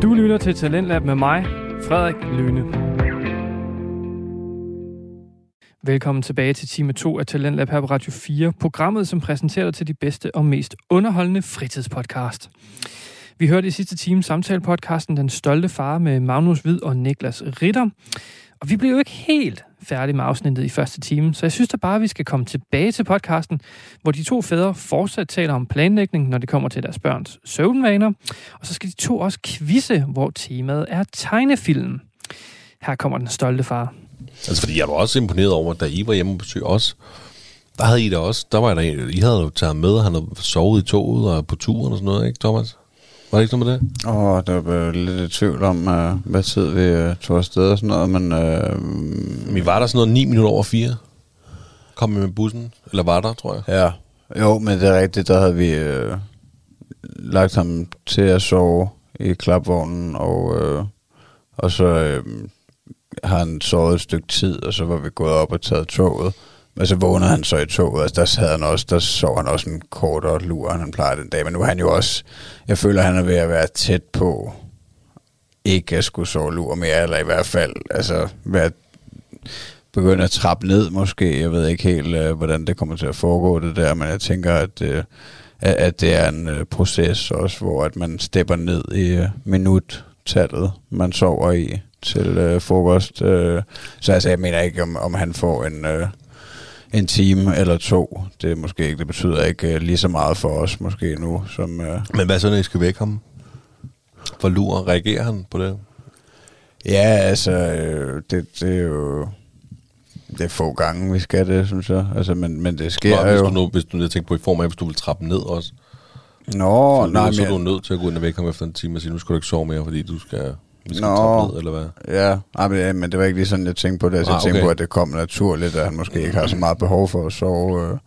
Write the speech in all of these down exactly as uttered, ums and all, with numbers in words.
Du lytter til Talentlab med mig, Frederik Lyne. Velkommen tilbage til time to af Talentlab her på Radio fire, programmet, som præsenterer dig til de bedste og mest underholdende fritidspodcast. Vi hørte i sidste time samtalepodcasten Den Stolte Far med Magnus Hvid og Niklas Ritter. Og vi blev jo ikke helt færdige med afsnittet i første time, så jeg synes da bare, at vi skal komme tilbage til podcasten, hvor de to fædre fortsat taler om planlægning, når det kommer til deres børns søvnvaner. Og så skal de to også quizze, hvor temaet er tegnefilm. Her kommer Den Stolte Far. Altså, fordi jeg var også imponeret over, da I var hjemme og besøgte os. Der havde I da også, der var der, I havde jo taget med, og han havde sovet i toget og på turen og sådan noget, ikke, Thomas? Var det ikke noget med det? Åh, oh, der var lidt i tvivl om, uh, hvad tid vi uh, tog afsted og sådan noget, men... Uh, vi var der sådan noget ni minutter over fire. Kom vi med bussen, eller var der, tror jeg? Ja, jo, men det er rigtigt, der havde vi uh, lagt ham til at sove i klapvognen, og, uh, og så uh, har han sovet et stykke tid, og så var vi gået op og taget toget. Men så vågnede han så i toget, altså der sad han også, der sov han også en kortere lur, end han plejer den dag. Men nu er han jo også, jeg føler, han er ved at være tæt på, ikke at skulle sove lur mere, eller i hvert fald, altså være begynde at trappe ned måske. Jeg ved ikke helt, uh, hvordan det kommer til at foregå det der, men jeg tænker, at, uh, at det er en uh, proces også, hvor at man stepper ned i uh, minuttallet, man sover i til uh, frokost. Uh, så altså, jeg mener ikke, om, om han får en... Uh, En time eller to, det er måske ikke, det betyder ikke uh, lige så meget for os måske nu, som... Uh... Men hvad så, når I skal væk ham? For lur, reagerer han på det? Ja, altså, øh, det, det er jo... Det er få gange, vi skal det, synes jeg. Altså, men, men det sker Nå, hvis jo... Du nu, hvis du jeg tænker på i form af, hvis du vil trappe ned også. Nå, så nej, nu, så er men... du nødt til at gå ind og væk ham efter en time og sige, nu skal du ikke sove mere, fordi du skal... Vi skal Nå, trappe ned, eller hvad? Ja, nej, men, ja, men det var ikke lige sådan, jeg tænkte på det. Altså, ah, jeg tænkte okay. på, at det kom naturligt, at han måske ikke har så meget behov for at sove, øh,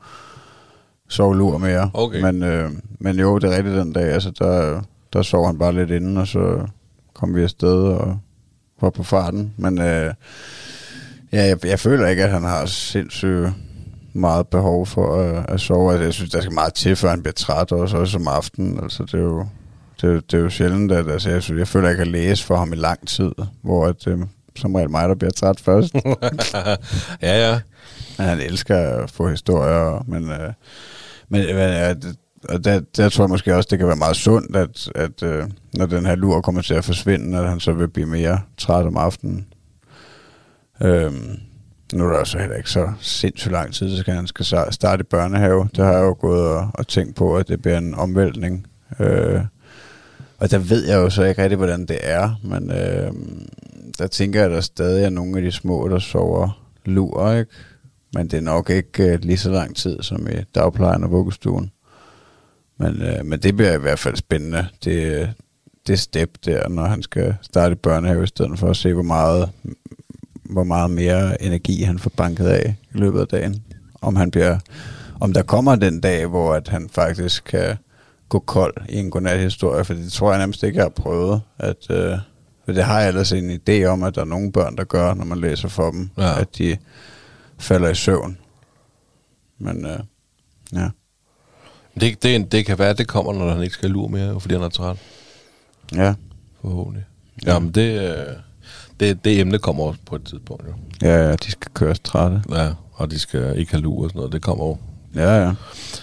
sove lur mere. Okay. Men, øh, men jo, det er rigtigt den dag. Altså, der, der sov han bare lidt inden, og så kom vi afsted og var på farten. Men øh, ja, jeg, jeg føler ikke, at han har sindssygt meget behov for at, at sove. Altså, jeg synes, der skal meget til, før han bliver træt også, også om aftenen. Altså, det er jo... Det, det er jo sjældent, at altså, jeg, synes, jeg føler, at jeg kan læse for ham i lang tid, hvor at, øh, som regel mig, der bliver træt først. ja, ja. Men han elsker at få historier, men, øh, men øh, og der, der tror jeg måske også, det kan være meget sundt, at, at øh, når den her lur kommer til at forsvinde, at han så vil blive mere træt om aftenen. Øhm, nu er der så heller ikke så sindssygt lang tid, så skal han skal starte i børnehave. Der har jeg jo gået og, og tænkt på, at det bliver en omvæltning. Øh, Og der ved jeg jo så ikke rigtig, hvordan det er, men øh, der tænker jeg, at der stadig er nogle af de små, der sover lur, ikke? Men det er nok ikke øh, lige så lang tid som i dagplejen og vuggestuen. Men, øh, men det bliver i hvert fald spændende, det, det step der, når han skal starte i børnehave, i stedet for at se, hvor meget, hvor meget mere energi han får banket af i løbet af dagen. Om, han bliver, om der kommer den dag, hvor at han faktisk kan... gå kold i en godnat-historie, for det tror jeg nærmest ikke, jeg har prøvet. At, øh, for det har jeg ellers en idé om, at der er nogle børn, der gør, når man læser for dem, ja. At de falder i søvn. Men øh, ja. Det, det, det kan være, at det kommer, når han ikke skal lure mere, fordi han er træt. Ja. Forhåbentlig. Ja. Jamen, det, det, det emne kommer også på et tidspunkt, jo. Ja, ja, de skal køres trætte. Ja, og de skal ikke have lure og sådan noget. Det kommer jo. Ja, ja.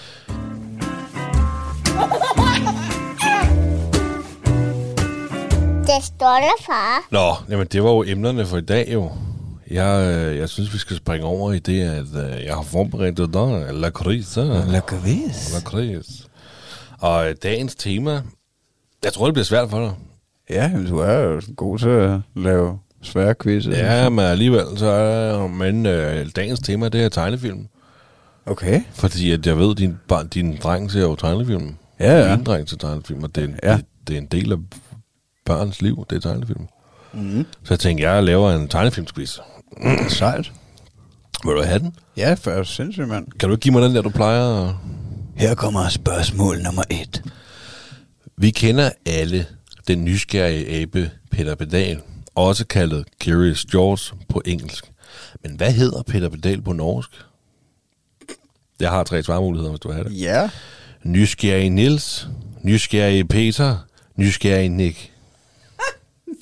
Det stolte far. Nå, jamen det var jo emnerne for i dag jo. Jeg, jeg synes, vi skal springe over i det, at jeg har forberedt det der. La crise. La crise. La crise. Og dagens tema, jeg tror, det bliver svært for dig. Ja, men du er jo god til at lave svære quizzer. Ja, men alligevel så er men øh, dagens tema, det er tegnefilm. Okay. Fordi at jeg ved, at din, din dreng ser jo tegnefilm. Ja, ja. Min dreng ser tegnefilm, og det er, en, ja. det, det er en del af børns liv, det er tegnefilm. Mm. Så jeg tænkte, jeg laver en tegnefilmsquiz. Mm. Sejt. Vil du have den? Ja, for er sindssygt, mand. Kan du ikke give mig den der, du plejer? Her kommer spørgsmål nummer et. Vi kender alle den nysgerrige abe Peter Pedal, også kaldet Curious George på engelsk. Men hvad hedder Peter Pedal på norsk? Jeg har tre svarmuligheder, hvis du vil have det. Ja. Nysgerrig Niels, nysgerrig Peter, nysgerrig Nick.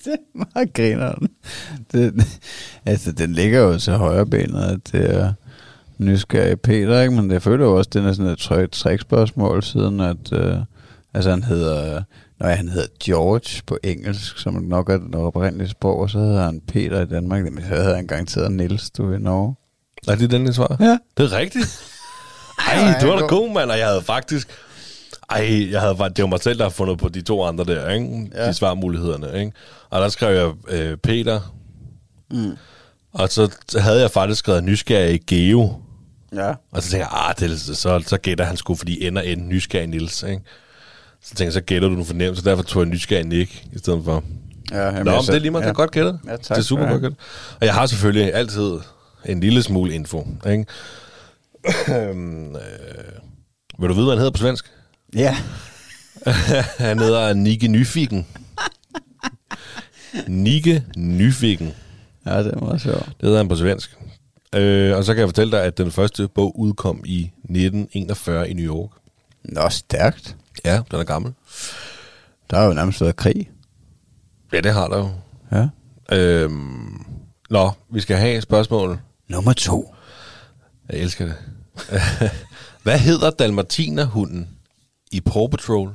Det er meget grineren. Det, altså, den ligger jo til højre benet, at det er nysgerrig Peter, ikke? Men jeg føler jo også, at den er sådan et trygt trækspørgsmål, siden at øh, altså, han hedder, nej, han hedder George på engelsk, som nok er den oprindelige sprog, og så hedder han Peter i Danmark, men så havde han garanteret Niels, du ved, Norge. Er det den, det svar? Ja. Det er rigtigt. Ej, du var da god, mand, og jeg havde faktisk... Ej, jeg havde, det var mig selv, der har fundet på de to andre der, ikke? Ja. De svarmulighederne, ikke? Og der skrev jeg øh, Peter, mm. og så havde jeg faktisk skrevet nysgerrig Geo. Ja. Og så tænkte jeg, ah, det, så, så gætter han sgu, fordi ender end nysgerrig Niels, ikke? Så tænkte jeg, så gætter du nu fornemt, så derfor tog jeg nysgerrig Nick i stedet for. Ja, jamen, Nå, men så, det er lige meget, ja. Det er godt gættet. Ja, tak, det er super godt gættet. Og jeg har selvfølgelig altid en lille smule info, ikke? øhm, øh, vil du vide, hvad han hedder på svensk? Ja. Han hedder Nike Nyfiken. Nike Nyfiken. Ja, det er meget sjovt. Det hedder han på svensk. Øh, og så kan jeg fortælle dig, at den første bog udkom i nitten enogfyrre i New York. Nå, stærkt. Ja, den er gammel. Der har jo nærmest været krig. Ja, det har der jo. Ja. Øhm, nå, vi skal have et spørgsmål. Nummer to. Jeg elsker det. Hvad hedder dalmatinerhunden i Paw Patrol?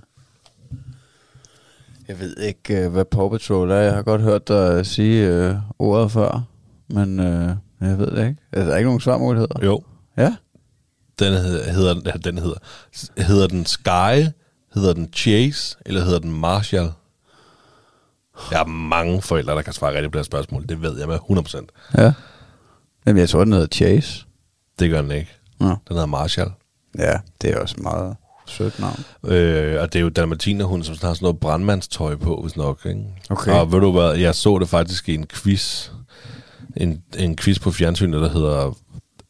Jeg ved ikke, hvad Paw Patrol er. Jeg har godt hørt dig sige øh, ordet før, men øh, jeg ved det ikke. Er der ikke nogen svarmuligheder? Jo. Ja? Den hedder, hedder, den hedder, hedder den Sky, hedder den Chase, eller hedder den Marshall? Jeg har mange forældre, der kan svare rigtigt på det spørgsmål. Det ved jeg med hundrede procent. Ja. Jamen, jeg tror, den hedder Chase. Det gør den ikke. Ja. Den hedder Marshall. Ja, det er også meget sødt navn. Øh, og det er jo dalmatinerhund, som har sådan noget brandmandstøj på, hvis nok. Ikke? Okay. Og ved du hvad, jeg så det faktisk i en quiz. En, en quiz på fjernsynet, der hedder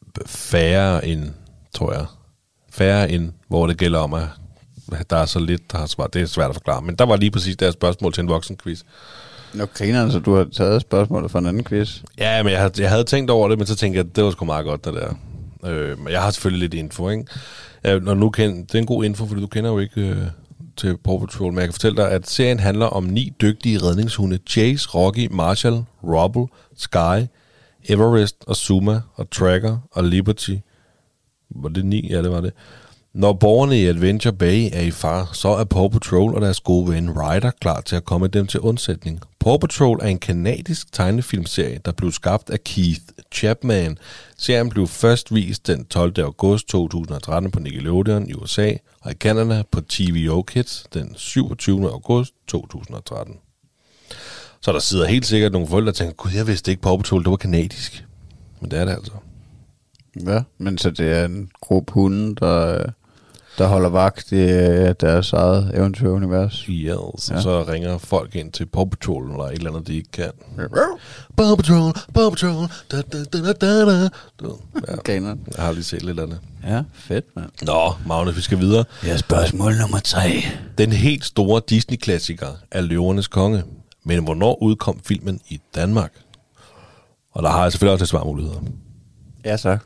Færre end, tror jeg. Færre end, hvor det gælder om, at der er så lidt, der har svaret. Det er svært at forklare. Men der var lige præcis det her spørgsmål til en voksen quiz. Nå, griner, så du har taget spørgsmålet fra en anden quiz? Ja, men jeg havde, jeg havde tænkt over det, men så tænkte jeg, at det var sgu meget godt, det der. Øh, men jeg har selvfølgelig lidt info, ikke? Ja, når nu kend, det er en god info, fordi du kender jo ikke øh, til Paw Patrol, men jeg kan fortælle dig, at serien handler om ni dygtige redningshunde. Chase, Rocky, Marshall, Rubble, Sky, Everest og Zuma og Tracker og Liberty. Var det ni? Ja, det var det. Når borgerne i Adventure Bay er i far, så er Paw Patrol og deres gode ven Ryder klar til at komme dem til undsætning. Paw Patrol er en kanadisk tegnefilmserie, der blev skabt af Keith Chapman. Serien blev først vist den tolvte august to tusind og tretten på Nickelodeon i U S A, og i Canada på T V O Kids den syvogtyvende august to tusind og tretten. Så der sidder helt sikkert nogle forældre, der tænker, gud, jeg vidste ikke, Paw Patrol, det var kanadisk. Men det er det altså. Ja, men så det er en gruppe hunde, der, der holder vagt i deres eget eventyrunivers. Yes, ja. Så ringer folk ind til Paw Patrol, eller et eller andet, de ikke kan. Paw Patrol, Paw Patrol, da da da da da. Ja, okay, jeg har lige set lidt af det. Ja, fedt, mand. Nå, Magnus, vi skal videre. Ja, spørgsmål nummer tre. Den helt store Disney-klassiker er Løvernes Konge. Men hvornår udkom filmen i Danmark? Og der har jeg selvfølgelig også et svarmuligheder. Ja, så.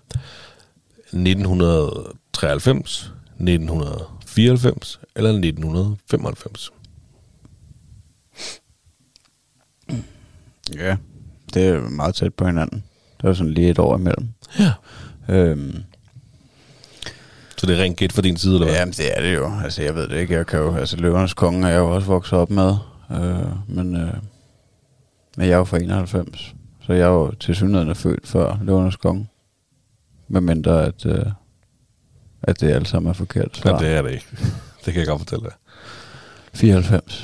nitten treoghalvfems, nitten fireoghalvfems eller nitten femoghalvfems. Ja, det er meget tæt på hinanden. Der er sådan lige et år imellem. Ja. Øhm. Så det er rent gæt for din side, eller hvad? Jamen, det er det jo. Altså, jeg ved det ikke. Jeg kan jo, altså, Løvernes Konge er jeg jo også vokset op med. Øh, men, øh, men jeg er jo fra enoghalvfems. Så jeg er jo tilsyneladende født før Løvernes Konge. Med mindre, at, øh, at det alt sammen er forkert svar. Ja, det er det ikke. Det kan jeg godt fortælle dig. fireoghalvfems.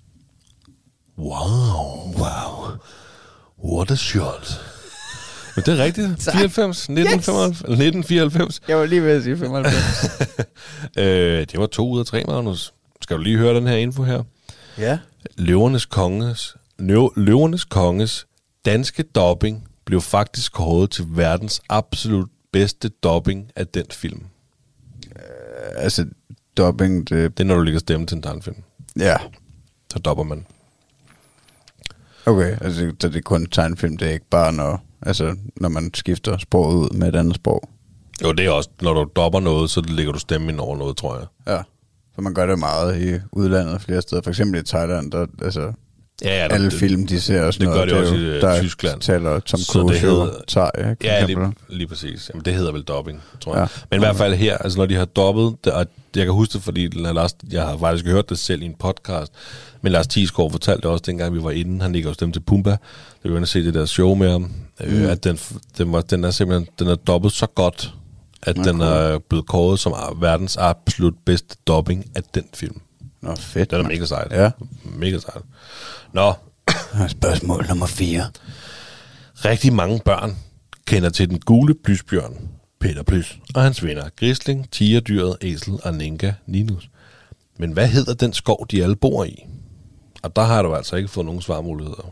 Wow. Wow. What a shot. Men det er rigtigt. fireoghalvfems, nitten femoghalvfems, nitten fireoghalvfems. Jeg var lige ved at sige femoghalvfems. øh, det var to ud af tre, Magnus. Skal du lige høre den her info her? Ja. Løvernes Konges, Løvernes Konges danske dubbing blev faktisk kåret til verdens absolut bedste dubbing af den film. Uh, altså, dubbing, det... Det er, når du ligger stemme til en tegnefilm. Ja. Så dubber man. Okay, altså så det er kun tegnefilm, det er ikke bare når, altså, når man skifter sproget ud med et andet sprog. Jo, det er også, når du dubber noget, så lægger du stemmen ind over noget, tror jeg. Ja, for man gør det meget i udlandet flere steder. For eksempel i Thailand, der, altså, Ja, ja, alle det, film, de ser også det noget. gør de også jo, i der Tyskland. Taler Tom Så Cruise det hedder- tager, ikke? Ja, lige, lige præcis. Jamen, det hedder vel dubbing, tror jeg. Ja. Men i hvert fald her, altså når de har dobbet, det, og jeg kan huske det, fordi Lars, jeg har faktisk hørt det selv i en podcast, men Lars Thiesgaard fortalte det også, dengang vi var inde, han ligger jo stemme til Pumba, da vi var inde og se det der show med ham, mm. øh, at den, den, var, den er simpelthen den er dobbet så godt, at Nå, den cool. er blevet kåret som verdens absolut bedste dubbing af den film. Nå, fedt. Det er da mega sejt. Ja. Mega sejt. Nå, Spørgsmål nummer fire. rigtig mange børn kender til den gule plysbjørn, Peter Plys, og hans venner, Grisling, Tigerdyret, Æsel og Ninka Ninus. Men hvad hedder den skov, de alle bor i? Og der har du altså ikke fået nogen svarmuligheder.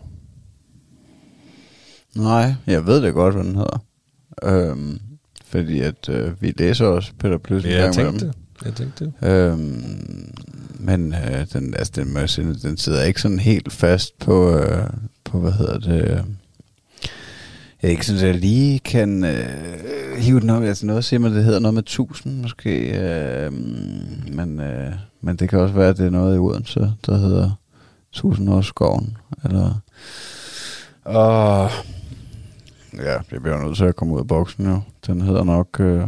Nej, jeg ved det godt, hvad den hedder. Øhm, fordi at øh, vi læser også Peter Plys. Ja, jeg tænkte det. Jeg tænkte det. Øhm, men øh, den, altså, den, den sidder ikke sådan helt fast på, øh, på hvad hedder det... Øh, jeg ikke synes, jeg lige kan øh, hive den op. Altså noget siger man, det hedder noget med tusind måske. Øh, men, øh, men det kan også være, at det er noget i Odense, der hedder Tusindårsskoven. Eller... Og... Ja, det bliver nødt til at komme ud af boksen jo. Den hedder nok... Øh,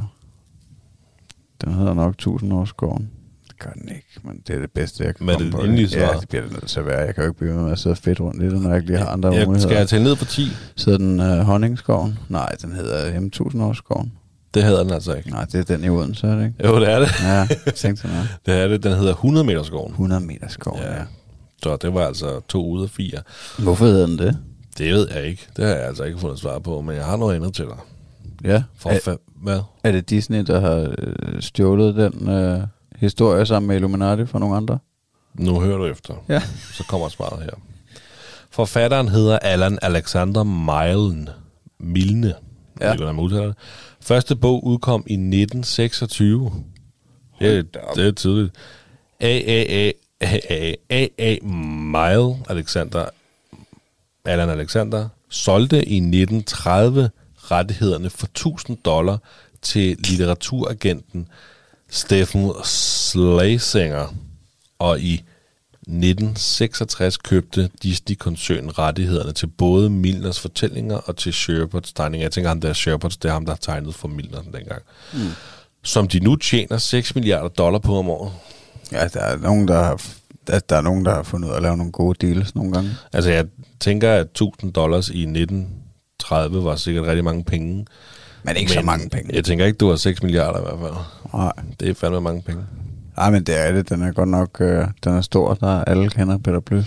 den hedder nok Tusindårsskoven. Det gør den ikke, men det er det bedste, jeg kan Men komme det på. endelige svar? Ja, det bliver det nødt til at være. Jeg kan jo ikke blive med at sidde og fedt rundt i det, når jeg ikke lige har andre Jeg, muligheder. skal jeg tælle ned på ti? Så den øh, Honningskoven? Nej, den hedder hjemme Tusindårsskoven. Det hedder den altså ikke. Nej, det er den i Odense, er det ikke? Jo, det er det. Ja, jeg tænkte sådan noget. Det er det. Den hedder hundrede meter skoven. hundrede meter skov, ja. Ja. ja. Så det var altså to ud af fire. Hvorfor hedder den det? Det ved jeg ikke. Det har jeg altså ikke fundet svar på, men jeg har noget andet til dig. Ja. For Er, fa- hvad? er det Disney, der har øh, stjålet den øh, historie sammen med Illuminati for nogle andre? Nu hører du efter. Ja. Så kommer svaret her. Forfatteren hedder Allan Alexander Milne. Milne. Ja. Jeg ved ikke, hvordan man udtaler det. Første bog udkom i nitten seksogtyve. Det er, det er tydeligt. A A A A A A Mile Alexander Allan Alexander solgte i nitten tredive rettighederne for tusind dollar til litteraturagenten Stephen Schlesinger, og i nitten seksogtres købte Disney-koncernen rettighederne til både Milners fortællinger og til Sherpards tegninger. Jeg tænker, ham der Sherpards, det er ham, der har tegnet for Milner dengang. Mm. Som de nu tjener seks milliarder dollar på om året. Ja, der er nogen, der har, der, der er nogen, der har fundet ud af at lave nogle gode deals nogle gange. Altså, jeg tænker, at tusind dollars i nitten tredive var sikkert rigtig mange penge. Men ikke men, så mange penge. Jeg tænker ikke, du har seks milliarder i hvert fald. Nej. Det er fandme mange penge. Nej, men det er det. Den er godt nok øh, den er stor, der alle kender Peter Plys.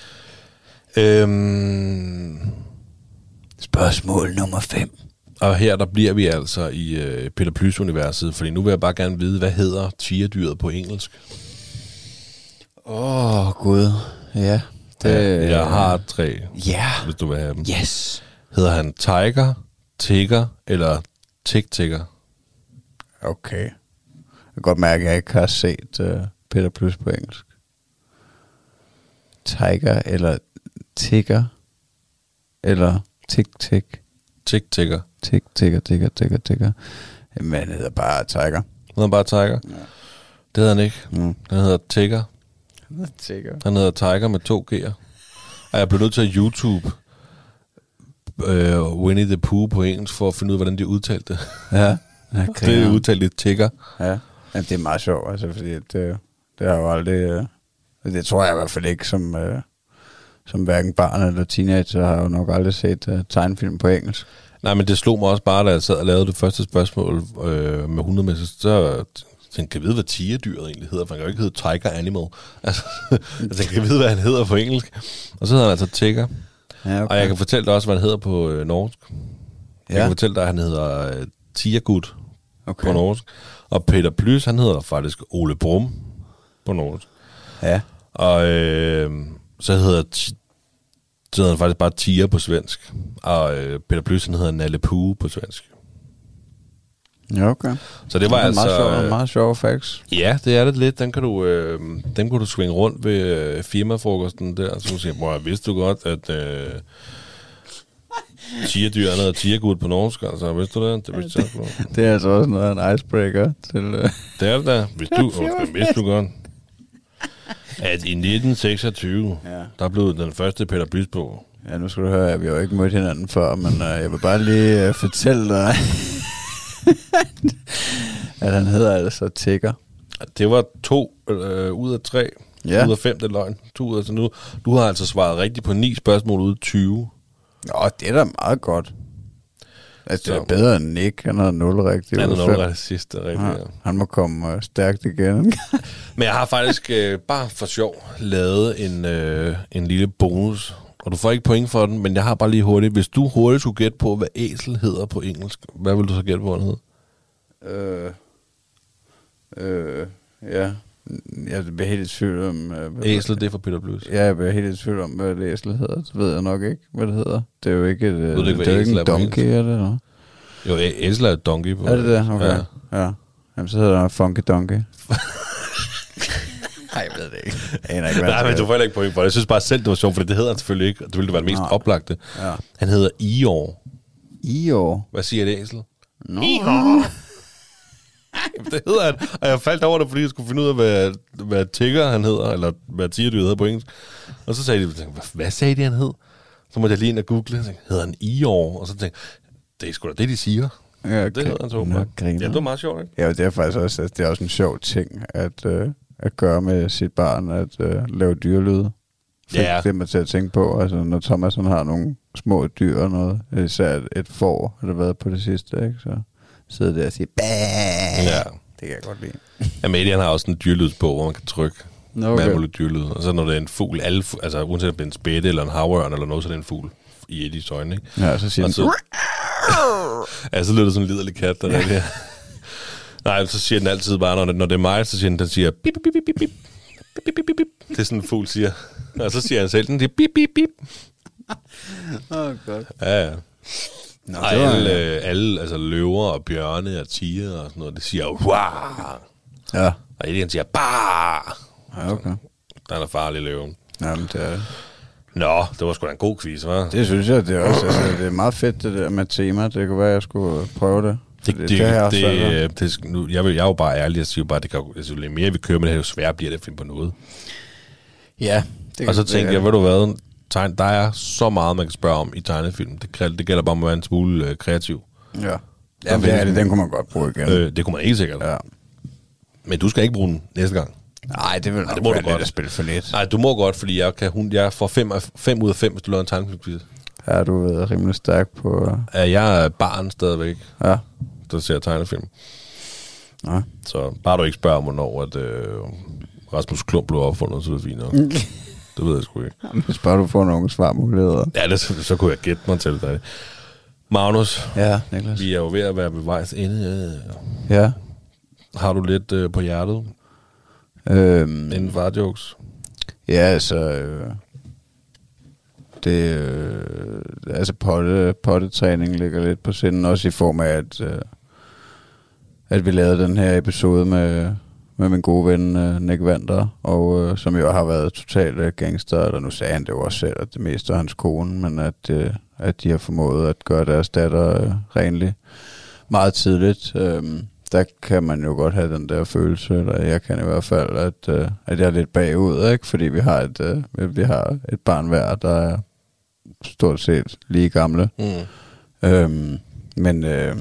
Øhm, Spørgsmål nummer fem. og her der bliver vi altså i øh, Peter Plys-universet, fordi nu vil jeg bare gerne vide, hvad hedder tigerdyret på engelsk? Åh, oh, gud. Ja. Det, Ja, jeg har tre, Ja. hvis du vil have dem. Yes. Hedder han Tiger, Tigger eller Tick-Tigger? Okay. Jeg kan godt mærke, at jeg ikke har set uh, Peter Plys på engelsk. Tiger eller Tigger eller Tick-Tick. Tick-Tigger. Tick-Tigger, Tigger, Tigger, Tigger. Jamen, han hedder bare Tiger. Hedder han bare Tiger? Ja. Det hedder han ikke. Mm. Han hedder Tigger. Tigger. Han hedder Tiger med to G'er. Og jeg blev nødt til at YouTube øh, Winnie the Pooh på engelsk, for at finde ud af, hvordan de udtalte det. Ja. Det er udtalt lidt Tigger. Ja. Ja, det er meget sjovt, altså, fordi det, det har jo aldrig... Øh, det tror jeg i hvert fald ikke, som, øh, som hverken barn eller teenager har jo nok aldrig set øh, tegnefilm på engelsk. Nej, men det slog mig også bare, da jeg sad og lavede det første spørgsmål øh, med hundrede meter, så tænkte jeg, kan vide, hvad tigerdyret egentlig hedder, for han kan jo ikke hedde Tiger Animal. Altså, jeg tænkte, kan vide, hvad han hedder på engelsk. Og så hedder han altså Tigger. Ja, okay. Og jeg kan fortælle dig også, hvad han hedder på øh, norsk. Jeg Ja. kan fortælle dig, at han hedder øh, Tigergud Okay. på norsk. Og Peter Plys, han hedder faktisk Ole Brum på norsk. Ja. Og øh, så hedder, ti- så hedder han faktisk bare Tiger på svensk. Og øh, Peter Plys, han hedder Nalle Puh på svensk. Ja, okay. Så det var det er altså... meget sjovt, øh, meget sjovt facts. Ja, det er det lidt. Den kan du, øh, den kan du svinge rundt ved øh, firmafrokosten der. Så du siger, bror, vidste du godt, at øh, tigerdyr hedder tigergud på norsk? Altså, vidste du det? Det vidste jeg ikke. Det er altså også noget af en icebreaker til... Øh. Det er det da. Hvis du, okay, vidste du godt. at i nitten seksogtyve, ja. der blev den første Peter Plys på. Ja, nu skal du høre, at vi har jo ikke mødt hinanden før, men uh, jeg vil bare lige uh, fortælle dig, at han hedder altså Tigger. Det var to øh, ud af tre. Ja. Ud af fem, det er løgn. To ud af så nu. Du har altså svaret rigtigt på ni spørgsmål ud af tyve. Nå, det er da meget godt. Altså, det er bedre end Nick. Han har nul rigtigt. Han har nul rigtigt sidste rigtigt, ja. Han må komme uh, stærkt igen. Men jeg har faktisk øh, bare for sjov lavet en, øh, en lille bonus. Og du får ikke point for den, men jeg har bare lige hurtigt. Hvis du hurtigt skulle gætte på, hvad æsel hedder på engelsk, hvad vil du så gætte på, hvad den hedder? Øh... Øh... Ja... Jeg bliver helt i tvivl om... Uh, æsel, det er for Peter Plys. Ja, jeg bliver helt i tvivl om, hvad det æsel hedder. Det ved jeg nok ikke, hvad det hedder. Det er jo ikke et... Ved du ikke, det er jo ikke en donkey, er det? Eller? Jo, æsel er et donkey på. Er det det? Okay. Ja. ja. Jamen, så hedder det Funky Donkey. Nej, jeg ved det ikke. Jeg ikke Nej, men du får heller ikke point for det. Jeg synes bare selv, det var sjovt, for det hedder han selvfølgelig ikke. Det ville være det mest Nå. oplagte. Ja. Han hedder Eeyore. Eeyore? Hvad siger det æsel? No. Eeyore! Det hedder han. Og jeg faldt over det, fordi jeg skulle finde ud af, hvad, hvad tigger han hedder, eller hvad tigerdyret hedder på engelsk. Og så sagde de, hvad, hvad sagde de, han hed? Så måtte jeg lige ind og google. Jeg tænkte, hedder han Eeyore? Og så tænkte jeg, det er sgu da det, de siger. Ja, det hedder han så. Ja, det var meget sjovt, ikke? Ja, det er faktisk også, altså, det er også en sjov ting, at, øh, at gøre med sit barn, at øh, lave dyrelyde. Ja. Det er man til at tænke på, altså når Thomas han har nogle små dyr og noget, især et, et får, har det været på det sidste, ikke? Så sidder der og siger, bæh! Ja. Det kan jeg godt lide. Amelie, han har også en dyrlydsbog, hvor man kan trykke okay. med alle mulige dyrlyd. Og så når det er en fugl, alle, altså uanset om det er en spætte eller en havørn eller noget, så er det en fugl i et i øjne, ikke? Ja, så siger den... ja, så lyder det sådan en liderlig kat, der ja. er der. Nej, så siger den altid bare, når det, når det er mig, så siger den, den siger, bip, bip, bip, bip, bip. Bip, bip, bip, bip. Det er sådan en fugl siger. Og så siger han selv, den siger, bip, bip, bip. Åh, oh, godt. Ja, ja. Nå, Ej, alle, øh, alle, altså løver og bjørne og tiger og sådan noget, det siger wow. Ja. Og Eddie siger bah. Ja, okay. Der er der farlig løven. Jamen, det er det. Nå, det var sgu da en god quiz, hva'? Det synes jeg, det er også. Altså, det er meget fedt, det der med tema. Det kunne være, jeg skulle prøve det. Det, det, det, det, det, det, nu, jeg, vil, jeg er jo bare ærlig, jeg siger bare, det kan altså, lidt mere vi kører med det her, jo sværere bliver det at finde på noget. Ja. Det og så tænkte jeg, ved du hvad, tegn, der er så meget, man kan spørge om i tegnefilm. Det, det gælder bare om at være en smule øh, kreativ. Ja. Ja, det er det, den kunne man godt bruge igen. Øh, det kunne man ikke sikkert. Ja. Men du skal ikke bruge den næste gang. Nej, det vil nok det må være du godt at spille for lidt. Nej, du må godt, fordi jeg, kan, hun, jeg får fem, fem ud af fem, hvis du laver en tegnefilmquiz. Ja, du er rimelig stærk på... Ja, jeg er barn stadigvæk, ja. der ser tegnefilm. Ja. Så bare du ikke spørger om, hvornår at, øh, Rasmus Klump blev opfundet, så er det fint nok. Det ved jeg sgu ikke. Hvis bare du får nogle svarmuligheder. Ja, det, så, så kunne jeg gætte mig til dig. Magnus, ja, Niklas. Vi er jo ved at være ved vejs ende. Ja. Har du lidt øh, på hjertet? Øhm, Inden farjokes? Ja, altså... Øh, det... Øh, altså, potte, pottetræning ligger lidt på sinden. Også i form af, at, øh, at vi lavede den her episode med... med min gode ven uh, Nick Vander, og uh, som jo har været totalt uh, gangster, eller nu sagde han det jo også selv, at det meste er hans kone, men at, uh, at de har formået at gøre deres datter uh, renlig meget tidligt. Um, der kan man jo godt have den der følelse, eller jeg kan i hvert fald, at, uh, at jeg er lidt bagud, ikke? Fordi vi har et, uh, vi har et barn hver, der er stort set lige gamle. Mm. Um, men... Uh,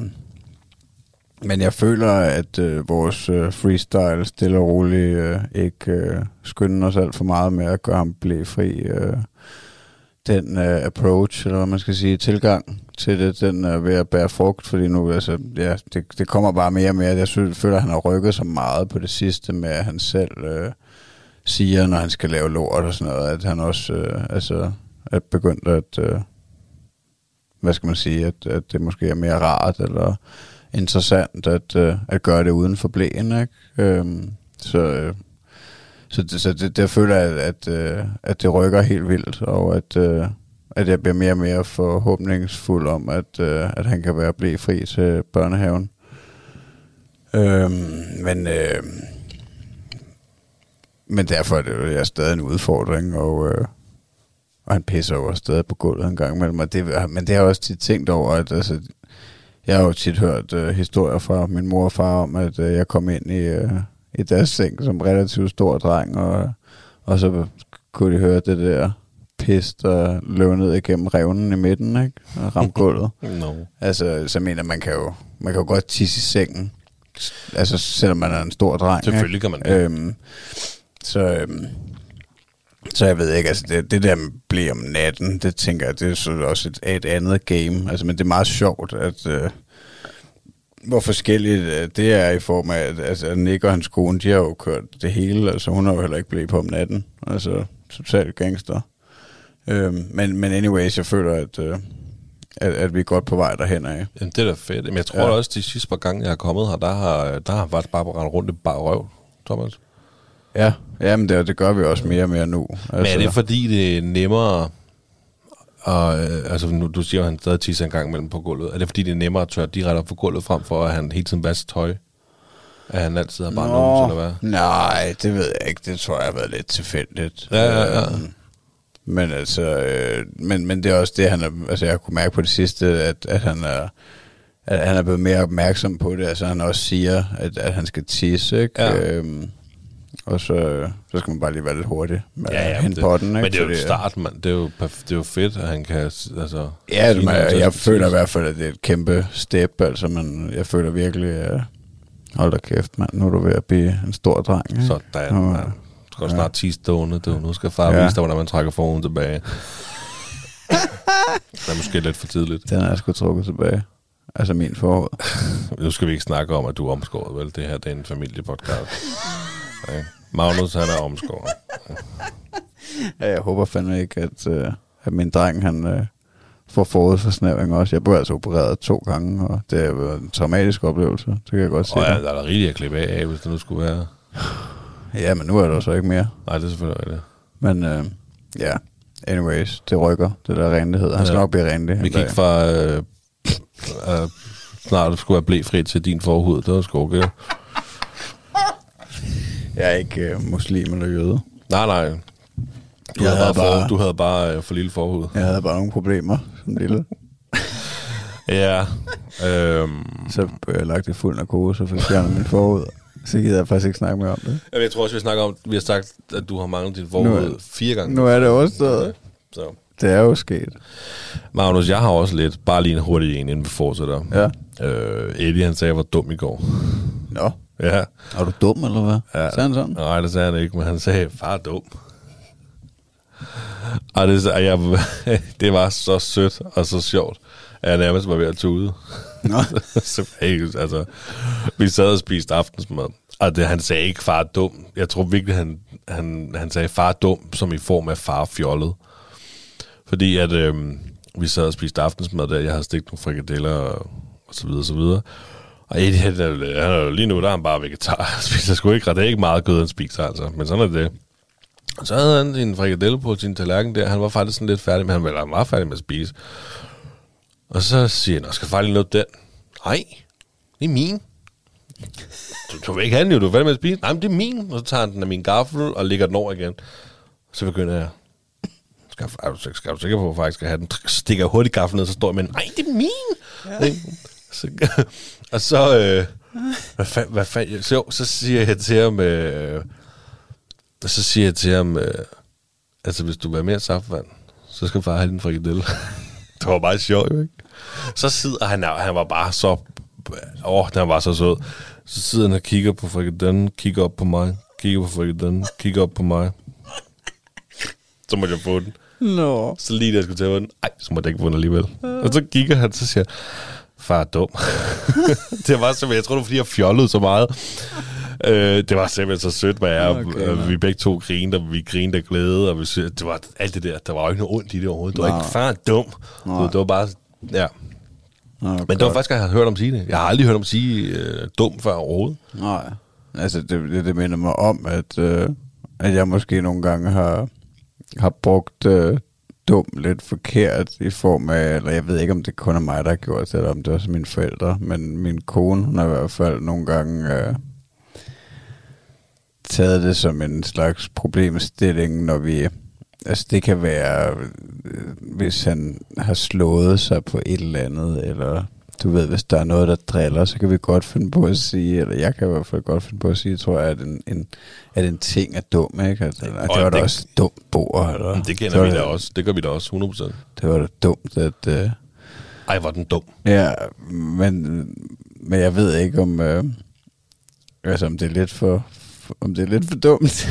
Men jeg føler, at øh, vores øh, freestyle stille og roligt øh, ikke øh, skynder os alt for meget med at gøre ham blæfri. Øh, den øh, approach, eller hvad man skal sige, tilgang til det, den er ved at bære frugt, fordi nu, altså, ja, det, det kommer bare mere og mere. Jeg synes, føler, at han har rykket så meget på det sidste med, at han selv øh, siger, når han skal lave lort og sådan noget, at han også øh, altså, er begyndt at, øh, hvad skal man sige, at, at det måske er mere rart, eller interessant at, øh, at gøre det uden for blæen, ikke? Øhm, så øh, så, det, så det, der føler jeg, at, at, at det rykker helt vildt, og at, øh, at jeg bliver mere og mere forhåbningsfuld om, at, øh, at han kan være blæfri til børnehaven. Øhm, men, øh, men derfor er det jo jeg er stadig en udfordring, og, øh, og han pisser jo også stadig på gulvet en gang imellem, og det, men det har jeg også tit tænkt over, at altså, jeg har jo tit hørt uh, historier fra min mor og far om, at uh, jeg kom ind i, uh, i deres seng som relativt stor dreng, og, Og så kunne de høre det der pis, der løb ned igennem revnen i midten, ikke? Og ramte gulvet. No. Altså, så mener man kan jo, man kan jo godt tisse i sengen. Altså, selvom man er en stor dreng. Selvfølgelig kan man det. Øhm, så, øhm, så jeg ved ikke, altså det, det der bliver om natten, det tænker jeg, det er så også et, et andet game. Altså, men det er meget sjovt, at øh, hvor forskelligt det er i form af, at altså, Nick og hans kone, de har jo kørt det hele, altså hun har jo heller ikke blevet på om natten. Altså, totalt gangster. Øhm, men, men anyways, jeg føler, at, øh, at, at vi er godt på vej derhen af. Jamen, det er da fedt. Men jeg tror ja. også, de sidste par gange, jeg har kommet her, der har, der har faktisk bare rendt rundt i bare røv, Thomas. Ja, jamen det, det gør vi også mere og mere nu. Altså. Men er det fordi, det er nemmere... Og, øh, altså, nu, du siger, at han stadig tisser en gang mellem på gulvet. Er det fordi, det er nemmere at tørre direkte op på gulvet, frem for at han hele tiden vasker tøj? At han altid har bare nogen, eller hvad? Nej, det ved jeg ikke. Det tror jeg har været lidt tilfældigt. Ja, ja, ja. Øhm, men altså... Øh, men, men det er også det, han er... Altså, jeg kunne mærke på det sidste, at, at han er... At han er blevet mere opmærksom på det. Altså, han også siger, at, at han skal tisse, ikke? Ja. Øhm, og så, så skal man bare lige være lidt hurtig med ja, ja, at hente potten, ikke? Men det er jo Fordi, start, man. Det er jo, det er jo fedt, at han kan... Altså, ja, det, man, jeg, jeg føler i tisse. hvert fald, at det er et kæmpe step. Altså, man, jeg føler virkelig... at hold da kæft, mand. Nu er du ved at blive en stor dreng, ikke? Sådan, mand. Du skal ja. snart tisse stående, du. Nu skal far ja. vise dig, hvordan man trækker forhuden tilbage. Det er måske lidt for tidligt. Den er jeg sgu trukket tilbage. Altså min forhoved. Nu skal vi ikke snakke om, at du er omskåret, vel? Det her, det er en familiepodcast. Ja. Magnus, han er omskåret. Ja. Ja, jeg håber fandme ikke, at, uh, at min dreng, han uh, får forudforsnævring også. Jeg blev altså opereret to gange, og det er jo en traumatisk oplevelse. Det kan jeg godt se. Og ja, der er der rigeligt at klippe af, hvis det nu skulle være. Ja, men nu er der så ikke mere. Nej, det er selvfølgelig det. Men uh, ja, anyways, det rykker, det der renlighed. Han skal ja. nok blive renlig. Vi gik fra øh, øh, snart det skulle være blæfri til din forhud. Det var sgu okay. Jeg er ikke uh, muslim eller jøde. Nej, nej. Du jeg havde, havde bare, bare, for, du havde bare øh, for lille forhud. Jeg havde bare nogle problemer som lille. Ja. Øhm. Så blev jeg lagt i fuld narkose og fik fjernet min forhud. Så gider jeg faktisk ikke snakke mere om det. Jamen, jeg tror også, vi snakker om, vi har sagt, at du har manglet din forhud fire gange. Nu er det også så. Okay. Så. Det er jo sket. Magnus, jeg har også lidt, bare lige en hurtig en, inden vi fortsætter. Ja. Øh, Eddie, han sagde, jeg var dum i går. Nå. Ja. Er du dum, eller hvad? Ja. Sagde han sådan? Nej, det sagde han ikke, men han sagde, far er dum. Og det, jeg, det var så sødt og så sjovt, at jeg nærmest var ved at tude. Nå. Så, altså, vi sad og spiste aftensmad, og det, han sagde ikke, far er dum. Jeg tror virkelig, han, han, han sagde, far er dum, som i form af far fjollet. Fordi at øhm, vi sad og spiste aftensmad der, jeg havde stegt nogle frikadeller og, og så videre, og så videre. Og Eddie, han er, lige nu, der er han bare vegetar. Han spiser sgu ikke ret. Det er ikke meget kød, han spiser, altså. Men sådan er det. Og så havde han en frikadelle på sin tallerken der. Han var faktisk sådan lidt færdig, men han var meget færdig med at spise. Og så siger han, skal jeg faktisk noget den? Nej, det er min. Du, du vil ikke have den jo, du er færdig med at spise. Nej, men det er min. Og så tager han den af min gaffel og lægger den over igen. Så begynder jeg, skal, er, du, skal du sikker på, at jeg faktisk skal have den? Stikker jeg hurtigt gaffelen ned, så står jeg med, nej, det er min. Ja. Så, og så, øh, hvad fanden, hvad fanden, så, så siger jeg til ham, øh, så siger jeg til ham, øh, altså hvis du vil have mere saftvand, så skal far have din frikadelle. Det var bare sjovt, ikke? Så sidder han, han var bare så, åh, den var så sød. Så sidder han og kigger på frikadellen, kigger op på mig, kigger på frikadellen, kigger op på mig. Så måtte jeg få den. Nå. Så lige da jeg skulle tage den, ej, så måtte jeg ikke få den alligevel. Og så kigger han, så siger far er dum. Det var simpelthen, jeg tror det var fordi jeg fjollede så meget. øh, det var simpelthen så sødt, hvad jeg okay, vi begge to grinede, og vi grinede af glæde, og vi, det var alt det der, der var jo ikke noget ondt i det overhovedet. Det var ikke far er dum. Det var bare, ja. Nå, men det var faktisk, jeg havde hørt om sige det. Jeg har aldrig hørt om sige øh, dum før overhovedet. Nej, altså det, det, det minder mig om, at, øh, at jeg måske nogle gange har, har brugt øh, dum lidt forkert i form af, eller jeg ved ikke, om det kun er mig, der har gjort det, eller om det er også mine forældre, men min kone, hun har i hvert fald nogle gange øh, taget det som en slags problemstilling, når vi, altså det kan være, øh, hvis han har slået sig på et eller andet, eller du ved, hvis der er noget, der driller, så kan vi godt finde på at sige, eller jeg kan i hvert fald godt finde på at sige, tror jeg, at en, en, at en ting er dum, ikke? At, at det var da også dumt bord, eller? Det kender vi da også. Det gør vi da også, hundrede procent. Det var da dumt, at... Uh, Ej, hvor den dum. Ja, men, men jeg ved ikke, om, øh, altså, om det er lidt for, for, om det er lidt for dumt.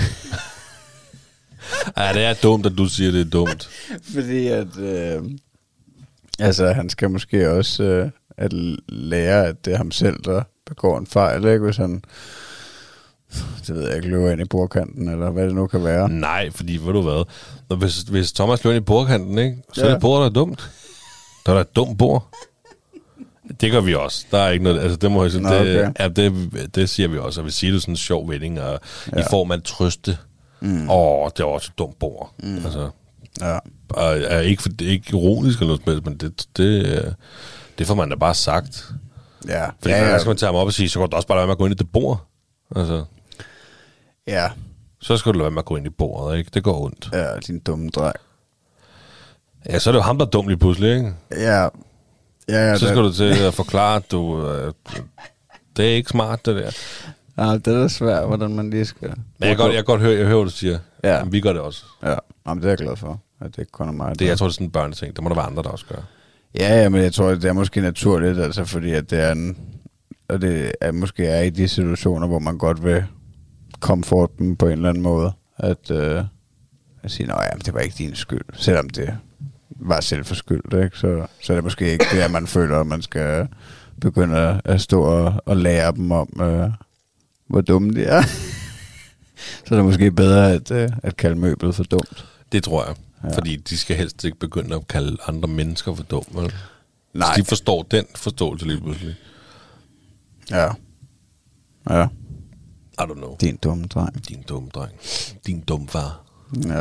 Ja, det er dumt, at du siger, det er dumt. Fordi at, øh, altså, han skal måske også øh, at lære, at det er ham selv, der begår en fejl, ikke? Hvis han, det ved jeg ikke, løber ind i bordkanten, eller hvad det nu kan være. Nej, fordi, ved du hvad, Når hvis, hvis Thomas løber ind i bordkanten, ikke, så ja. er det bordet, der er dumt. Der er der et dumt bord. Det gør vi også. Der er ikke noget, altså det må jeg sige, Nå, det, okay. ja, det, det siger vi også. Og vi siger det sådan en sjov vending, og ja. i form af en trøste. Åh, Mm. oh, det er også et dumt bord. Mm. Altså, Ja. og er ikke, for, det er ikke ironisk eller noget, men det, det, det får man da bare sagt. Ja. Fordi ja, ja, ja. skal man tage ham op og sige, så kan du også bare lade være med at gå ind i det bord. Altså, Ja. så skal du lade være med at gå ind i bordet, ikke? Det går ondt. Ja, din dumme dreng. Ja, så er det jo ham, der er dum lige pludselig, ikke? Ja. Ja, ja, Så det- skal du til at forklare, at du... Øh, det er ikke smart, det der. Ja, det er da svært, hvordan man lige skal... Men jeg kan godt, jeg kan godt høre, jeg hører, hvad du siger. Ja. Jamen, vi gør det også. Ja, jamen, det er jeg glad for, at det ikke kun er mig. Det, der- jeg tror, det er sådan en børneting. Det må der være andre, der også gør. Ja, ja, men jeg tror, det er måske naturligt, altså fordi at det er en... Og det er måske er i de situationer, hvor man godt vil comfort dem på en eller anden måde. At, øh, at sige, nej, det var ikke din skyld. Selvom det var selvforskyldt, ikke? Så, så er det måske ikke det, at man føler, at man skal begynde at, at stå og, og lære dem om, øh, hvor dumme de er. Så er det måske bedre at, øh, at kalde møblet for dumt. Det tror jeg. Ja. Ja. Fordi de skal helst ikke begynde at kalde andre mennesker for dumme. Vel? Nej. Så de forstår den forståelse lige pludselig. Ja. Ja. I don't know. Din dumme dreng. Din dumme dreng. Din dumme far. Ja.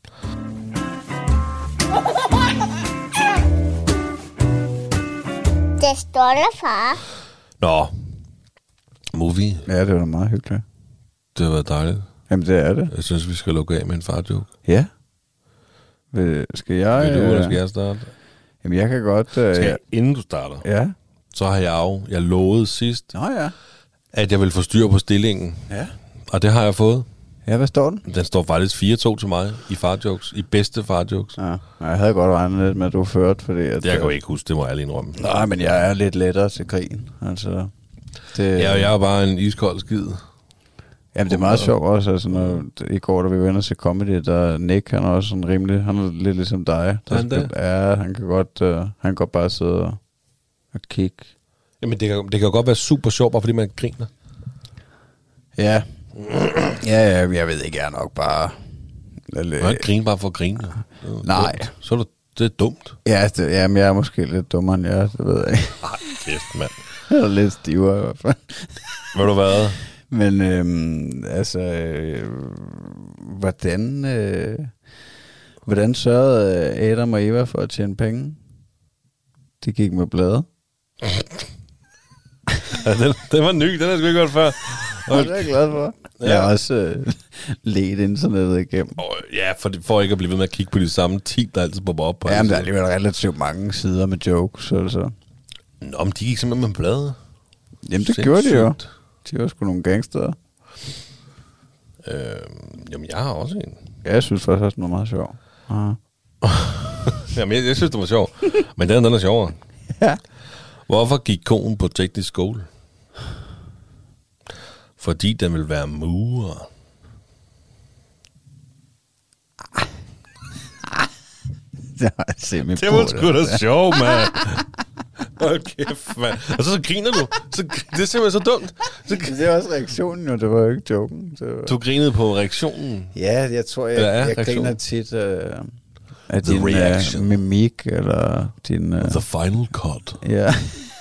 Det stolte far. Nå. Movie. Ja, det var da meget hyggeligt. Det har været dejligt. Jamen, det er det. Jeg synes, vi skal lukke af med en farjoke. Ja. Vil, skal jeg... Vil du, øh, eller skal jeg starte? Jamen, jeg kan godt... Øh, Skal jeg, inden du starter, Ja. så har jeg jo, jeg lovede sidst, Nå ja. at jeg vil få styr på stillingen. Ja. Og det har jeg fået. Ja, hvad står den? Den står faktisk fire to til mig i farjokes. I bedste farjokes. Ja. Jeg havde godt regnet lidt med, at du førte, fordi... At, Det jeg kan jo ikke huske, det må jeg ærlig indrømme. Nej, men jeg er lidt lettere til krigen. Altså... Det, Ja, og jeg er bare en iskold skid. Jamen, det er meget sjovt også. Altså, når, i går, da vi var inde og se comedy, der Nick, han er også sådan rimelig... Han er lidt ligesom dig. Er han Der det? Ja, han kan godt... Øh, han kan godt bare sidde og, og kigge. Jamen, det kan, det kan jo godt være super sjovt, bare fordi man griner. Ja. Ja, ja, jeg ved ikke, jeg er nok bare... Man kan ikke grine bare for at grine. Det er jo Nej. dumt. Så er det, det er dumt. Ja, det, jamen, jeg er måske lidt dummere end jeg, det ved jeg ikke. Ej, kæft, mand. Jeg er lidt stivere i hvert fald. Ved du hvad? Men øhm, altså, øh, hvordan, øh, hvordan sørgede Adam og Eva for at tjene penge? De gik med blade. Ja, den, den var ny, den har jeg sgu ikke hørt før. Og det er jeg glad for. Ja. Jeg har også øh, ledt internettet igennem. Og ja, for, for ikke at blive ved med at kigge på de samme ti, der altid popper op på. Ja, men der er alle alligevel relativt mange sider med jokes. Altså. sider. Nå, men de gik simpelthen med blade. Jamen, det gjorde de jo. Sindssygt. De var sgu nogle gangster. Øh, jamen, jeg har også en. Ja, jeg synes faktisk også, den var meget sjov. Aha. Jamen, jeg, jeg synes, det var sjov. Men den, den er sjovere. Ja. Hvorfor gik konen på teknisk skole? Fordi den vil være murer. Det var simpelthen Det var sgu da sjovt, mand. Hold kæft, mand. Og så, så griner du. Så, det er simpelthen så dumt. Så, Det er også reaktionen jo, det var jo ikke joken. Det var... du grinede på reaktionen. Ja, jeg tror, jeg, Eller er jeg reaktion? griner tit øh, af The din reaction. øh, mimik, eller din... Øh, The final cut. ja,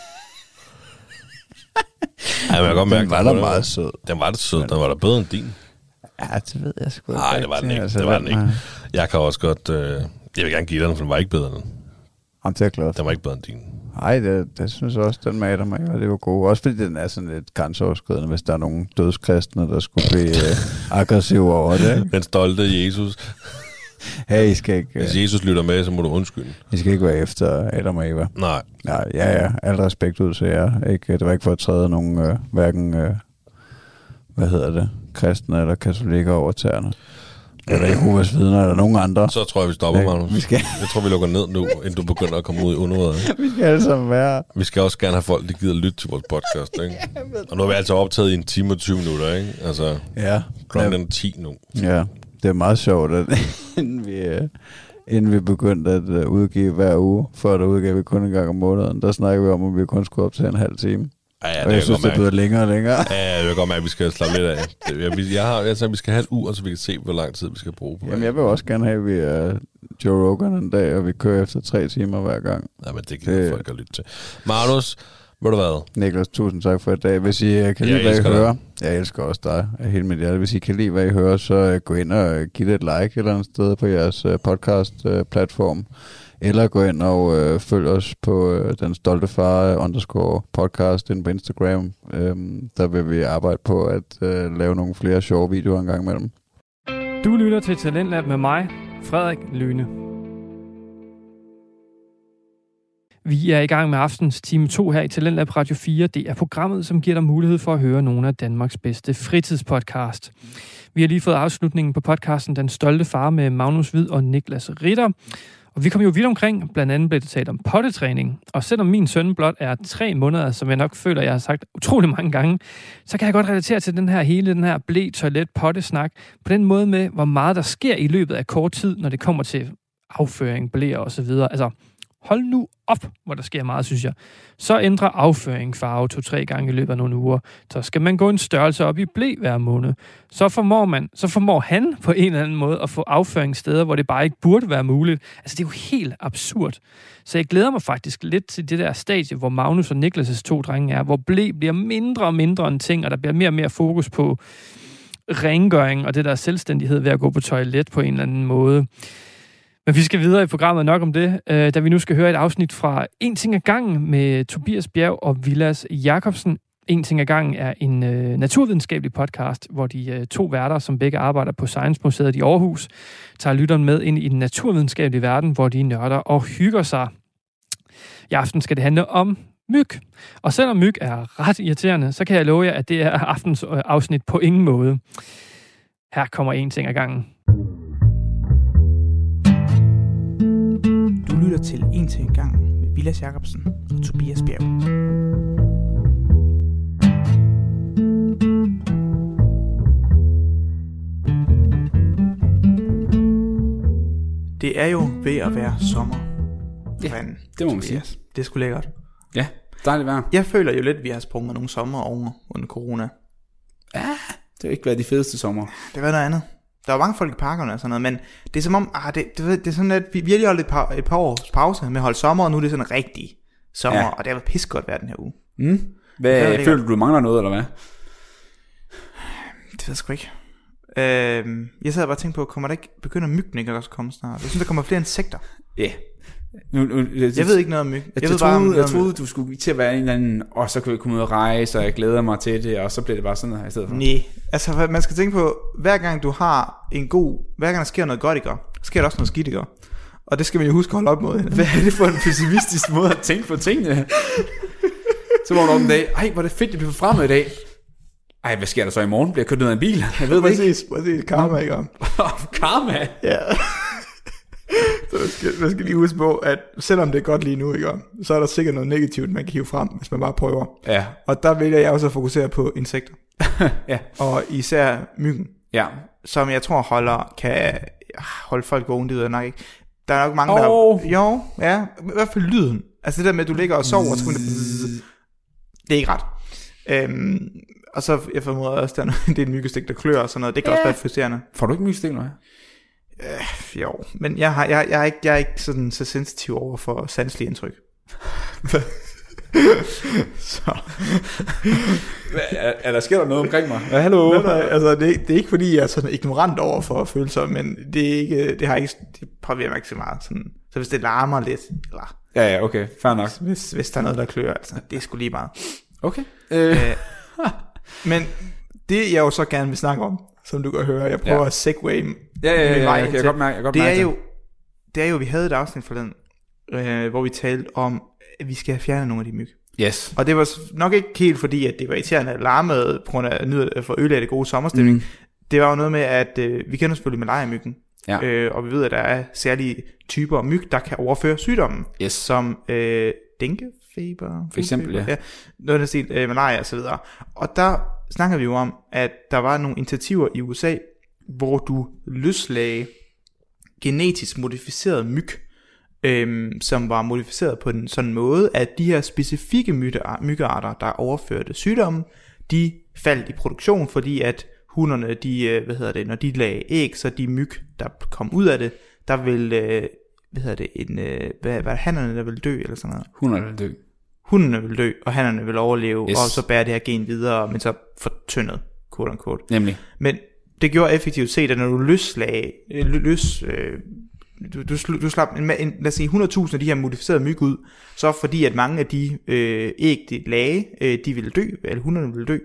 Ja, men jeg kan godt mærke, den var den da var- meget sød. Den var da sød. Den var da bedre end din. Ja, det ved jeg sgu Nej, det var den rigtigt. ikke. Det var den den ikke. er- Jeg kan også godt... Øh, jeg vil gerne give dig den, for den var ikke bedre end den. Jamen, det er jeg glad for. Den var ikke bedre end din. Nej, det, det synes jeg også, den med Adam og Eva, det var god. Også fordi den er sådan lidt grænseoverskridende, hvis der er nogle dødskristne, der skulle blive øh, aggressive over det. Ikke? Den stolte Jesus. Hey, I skal ikke... Hvis Jesus lytter med, så må du undskylde. I skal ikke være efter Adam og Eva. Nej. Nej, ja, ja. Al respekt ud til jer. Ikke, det var ikke for at træde nogen, øh, hverken, øh, hvad hedder det, kristne eller katolikker over tæerne. Eller Jehovas vidner, eller nogen andre. Så tror jeg, vi stopper, ja, Magnus. Vi skal... Jeg tror, vi lukker ned nu, inden du begynder at komme ud i underværet. Vi skal alle sammen være... Vi skal også gerne have folk, der gider lytte til vores podcast, ikke? Og nu har vi altså optaget i en time og tyve minutter, ikke? Altså, ja. klokken er ti nu. Ja, det er meget sjovt, at inden vi, inden vi begyndte at udgive hver uge, før der udgav vi kun en gang om måneden, der snakker vi om, at vi kun skulle op til en halv time. Ja, ja, og jeg synes, det er blevet længere og længere. Ja, jeg vil godt mærke, at vi skal slappe lidt af. Jeg, jeg har, jeg sagde, at vi skal have et uger, så vi kan se, hvor lang tid vi skal bruge på. Jamen, jeg vil også gerne have, at vi er Joe Rogan en dag, og vi kører efter tre timer hver gang. Ja, men det kan det... folk godt lytte til. Magnus, ved du hvad? Niklas, tusind tak for i dag. Hvis I kan lide, hvad I hører, jeg elsker også dig af hele mit hjerte. Hvis I kan lide, hvad I hører, så gå ind og giv det et like et eller andet sted på jeres podcast-platform. Eller gå ind og øh, følg os på øh, Den Stolte Far underscore podcast inde på Instagram. Øhm, der vil vi arbejde på at øh, lave nogle flere sjove videoer en gang imellem. Du lytter til Talentlab med mig, Frederik Lyne. Vi er i gang med aftens time to her i Talentlab Radio fire. Det er programmet, som giver dig mulighed for at høre nogle af Danmarks bedste fritidspodcast. Vi har lige fået afslutningen på podcasten Den Stolte Far med Magnus Hvid og Niklas Ritter. Og vi kom jo vidt omkring, blandt andet blev det talt om pottetræning. Og selvom min søn blot er tre måneder, som jeg nok føler, jeg har sagt utrolig mange gange, så kan jeg godt relatere til den her hele, den her blæ, toilet, pottesnak, på den måde med, hvor meget der sker i løbet af kort tid, når det kommer til afføring, blæer og så videre. Altså, hold nu op, hvor der sker meget, synes jeg. Så ændrer afføring farve to-tre gange i løbet af nogle uger. Så skal man gå en størrelse op i blæ hver måned. Så formår man, så formår han på en eller anden måde at få afføring steder, hvor det bare ikke burde være muligt. Altså, det er jo helt absurd. Så jeg glæder mig faktisk lidt til det der stadie, hvor Magnus og Niklas' to drenge er, hvor blæ bliver mindre og mindre en ting, og der bliver mere og mere fokus på rengøring og det der selvstændighed ved at gå på toilet på en eller anden måde. Men vi skal videre i programmet nok om det, øh, da vi nu skal høre et afsnit fra En ting ad gangen med Tobias Bjerg og Vilas Jacobsen. En ting ad gangen er en øh, naturvidenskabelig podcast, hvor de øh, to værter, som begge arbejder på Science Museet i Aarhus, tager lytteren med ind i den naturvidenskabelige verden, hvor de nørder og hygger sig. I aften skal det handle om myg. Og selvom myg er ret irriterende, så kan jeg love jer, at det er aftens øh, afsnit på ingen måde. Her kommer En ting ad gangen. Du lytter til En ting ad gangen med Vilas Jacobsen og Tobias Bjerg. Det er jo ved at være sommer. Ja, Fanden, det må man Tobias. sige. Det er sgu lækkert. Ja, dejligt vejr. Jeg føler jo lidt, at vi har sprunget nogle sommer over under corona. Ja, det har ikke været de fedeste sommer. Det var noget andet. Der var mange folk i parkerne og sådan noget, men det er som om, ah, det, det, det er sådan, at vi, vi har lige holdt et par, et par års pause med at holde sommer, og nu er det sådan en rigtig sommer, Ja. og det har været pissegodt vejr den her uge. Mm. Hvad, Det er føler du, du mangler noget, eller hvad? Det ved jeg sgu ikke. Øh, jeg sad bare og tænkte på, kommer der ikke, begynder myggen ikke også komme snart? Jeg synes, der kommer flere insekter. Ja. Nu, nu, jeg, Jeg ved ikke noget om myg. Jeg, Jeg, jeg jeg, ved bare, om troede, jeg om- troede, du skulle til at være en eller anden, og så kan vi komme ud og rejse, og jeg glæder mig til det, og så bliver det bare sådan her i stedet for. Nej, altså hvad- man skal tænke på, hver gang du har en god, hver gang der sker noget godt, ikke, så sker der også noget skidt, ikke? Og det skal man jo huske at holde op mod. Hvad er det for en pessimistisk måde at tænke på tingene? Så var du om en dag, ej, hvor er det fedt, det bliver fremad i dag. Ej, hvad sker der så i morgen? Bliver jeg kørt ned af en bil? Jeg ved det ikke. Præcis, præcis, karma, ikke? Karma. Ja. Så man skal, man skal lige huske på, at selvom det er godt lige nu, ikke, så er der sikkert noget negativt, man kan hive frem, hvis man bare prøver. Ja. Og der vælger jeg også at fokusere på insekter. Ja. Og især myggen, Ja. som jeg tror holder, kan holde folk vågne, det ved jeg nok ikke. Der er nok mange, der Oh. har... Jo, ja, i hvert fald lyden. Altså det der med, at du ligger og sover, og så kunne det... Det er ikke ret. Øhm, og så, jeg formoder også, at det er en myggestik, der klør og sådan noget. Det kan Ja. også være frustrerende. Får du ikke mygstik, nej? Øh, jo, men jeg, har, jeg, jeg, er ikke, jeg er ikke sådan så sensitiv over for sanselige indtryk. så... Er, er der sker der noget omkring mig? Ja, hallo. Nej, nej, altså det, det er ikke fordi, jeg er sådan ignorant over for følelser, men det, er ikke, det, har ikke, det påvirker mig ikke så meget. Sådan, så hvis det larmer lidt, eller Ja, ja, okay. Fair nok. hvis, hvis der er noget, der klør, altså, det er sgu lige meget. Okay. Øh. Øh, men det, jeg jo så gerne vil snakke om, som du kan høre, jeg prøver Ja. ja. at segway Ja, ja, ja, min ja, vej jeg, jeg, indtil. kan godt mærke, jeg kan godt det mærke er det. jo, det er jo, vi havde et afsnit forleden, øh, hvor vi talte om, at vi skal have fjernet nogle af de myg. Yes. Og det var nok ikke helt fordi, at det var irriterende at larmede på grund af nyder for ødelægge det gode sommerstemning. Mm. Det var jo noget med, at øh, vi kender selvfølgelig malaria-myggen. Ja. Øh, og vi ved, at der er særlige typer af myg, der kan overføre sygdommen. Yes. Som øh, denguefeber. For eksempel, ja. ja. Noget af stil, øh, malaria og så videre. Og der snakker vi jo om, at der var nogle initiativer i U S A, hvor du løslagde genetisk modificeret myg, øhm, som var modificeret på en sådan måde, at de her specifikke myggearter, der overførte sygdommen, de faldt i produktion, fordi at hunderne, de, hvad hedder det, når de lagde æg, så de myg, der kom ud af det, der vil, øh, hvad hedder det, en, øh, hvad, hvad hannerne, der vil dø, eller sådan noget. Hunderne vil dø. Hundene vil dø, og hannerne vil overleve, Yes. og så bærer det her gen videre, men så fortyndet, quote unquote. Nemlig. Men det gjorde effektivt set, at når du løslag, løs, øh, du, du, du slap en, en, lad os sige hundrede tusind af de her modificerede myg ud, så fordi at mange af de øh, æg, de lagde, øh, de ville dø, eller hunderne ville dø,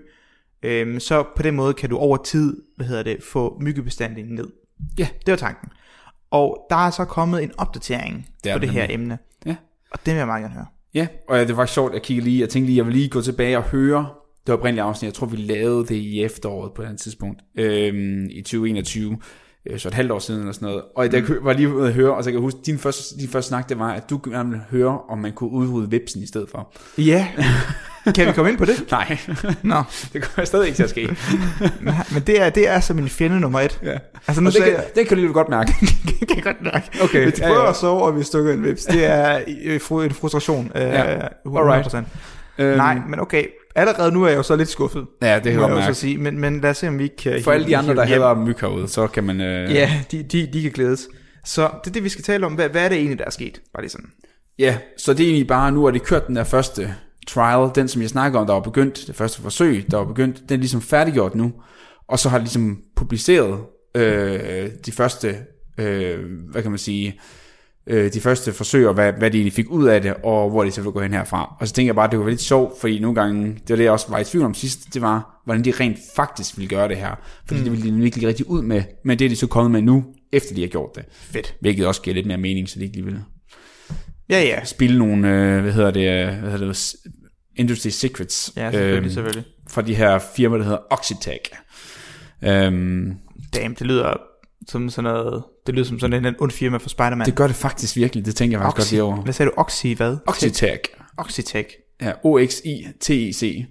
øh, så på den måde kan du over tid, hvad hedder det, få myggebestanden ned. Ja. Det var tanken. Og der er så kommet en opdatering Det er på det her nemlig. emne, Ja. og det vil jeg meget gerne høre. Ja, og ja, det var sjovt, jeg kiggede lige, jeg tænkte lige, jeg vil lige gå tilbage og høre, det var oprindeligt afsnit, jeg tror vi lavede det i efteråret på et andet tidspunkt, øhm, i tyve enogtyve, øh, så et halvt år siden eller sådan noget, og jeg mm. var lige ude at høre, og så kan jeg huske, din første, din første snak, det var, at du gerne ville høre, om man kunne udrydde vipsen i stedet for. Ja, kan vi komme ind på det? Nej, Nå, det kommer stadig ikke til at ske. men det er, det er så min fjende nummer et. Ja. Altså nu Og det, sagde kan, jeg, det kan du lige godt mærke. det kan jeg godt nok. Okay, Hvis du ja, prøver ja. at sove, og vi stukker en vips, det er øh, fru- en frustration. Øh, Ja. hundrede procent. Øhm, Nej, men okay. Allerede nu er jeg jo så lidt skuffet. Ja, det kan må jeg jeg godt jo så mærke. sige. Men, men lad os se, om vi ikke kan... For alle de andre, der hjem. hader myg herude, så kan man... Øh... Ja, de, de, de kan glædes. Så det er det, vi skal tale om. Hvad, hvad er det egentlig, der er sket? Bare lige sådan. Ja, så det er egentlig bare, nu er det kørt den der første trial, den som jeg snakker om, der var begyndt, det første forsøg, der var begyndt, den er ligesom færdiggjort nu, og så har de ligesom publiceret øh, de første, øh, hvad kan man sige, øh, de første forsøg, og hvad, hvad de egentlig fik ud af det, og hvor de så vil gå hen herfra. Og så tænker jeg bare, det var lidt sjovt, fordi nogle gange, det var det, jeg også var i tvivl om sidst, det var, hvordan de rent faktisk ville gøre det her. Fordi mm. det ville de virkelig rigtig ud med, men det er de så kommet med nu, efter de har gjort det. Fedt. Hvilket også giver lidt mere mening, så de ikke lige vil Ja, ja. spille nogle, øh, hvad hedder det, øh, hvad hedder det, industry secrets, Ja, selvfølgelig, øhm, selvfølgelig. fra de her firmaer, der hedder Oxitec. Øhm, Damn, det lyder som sådan noget... Det lyder som sådan en ond firma for Spider-Man. det gør det faktisk virkelig, det tænker jeg faktisk Oxy, godt lige over. hvad sagde du? Oxy hvad? Oxitec. Oxytech. Ja, O X I T I C.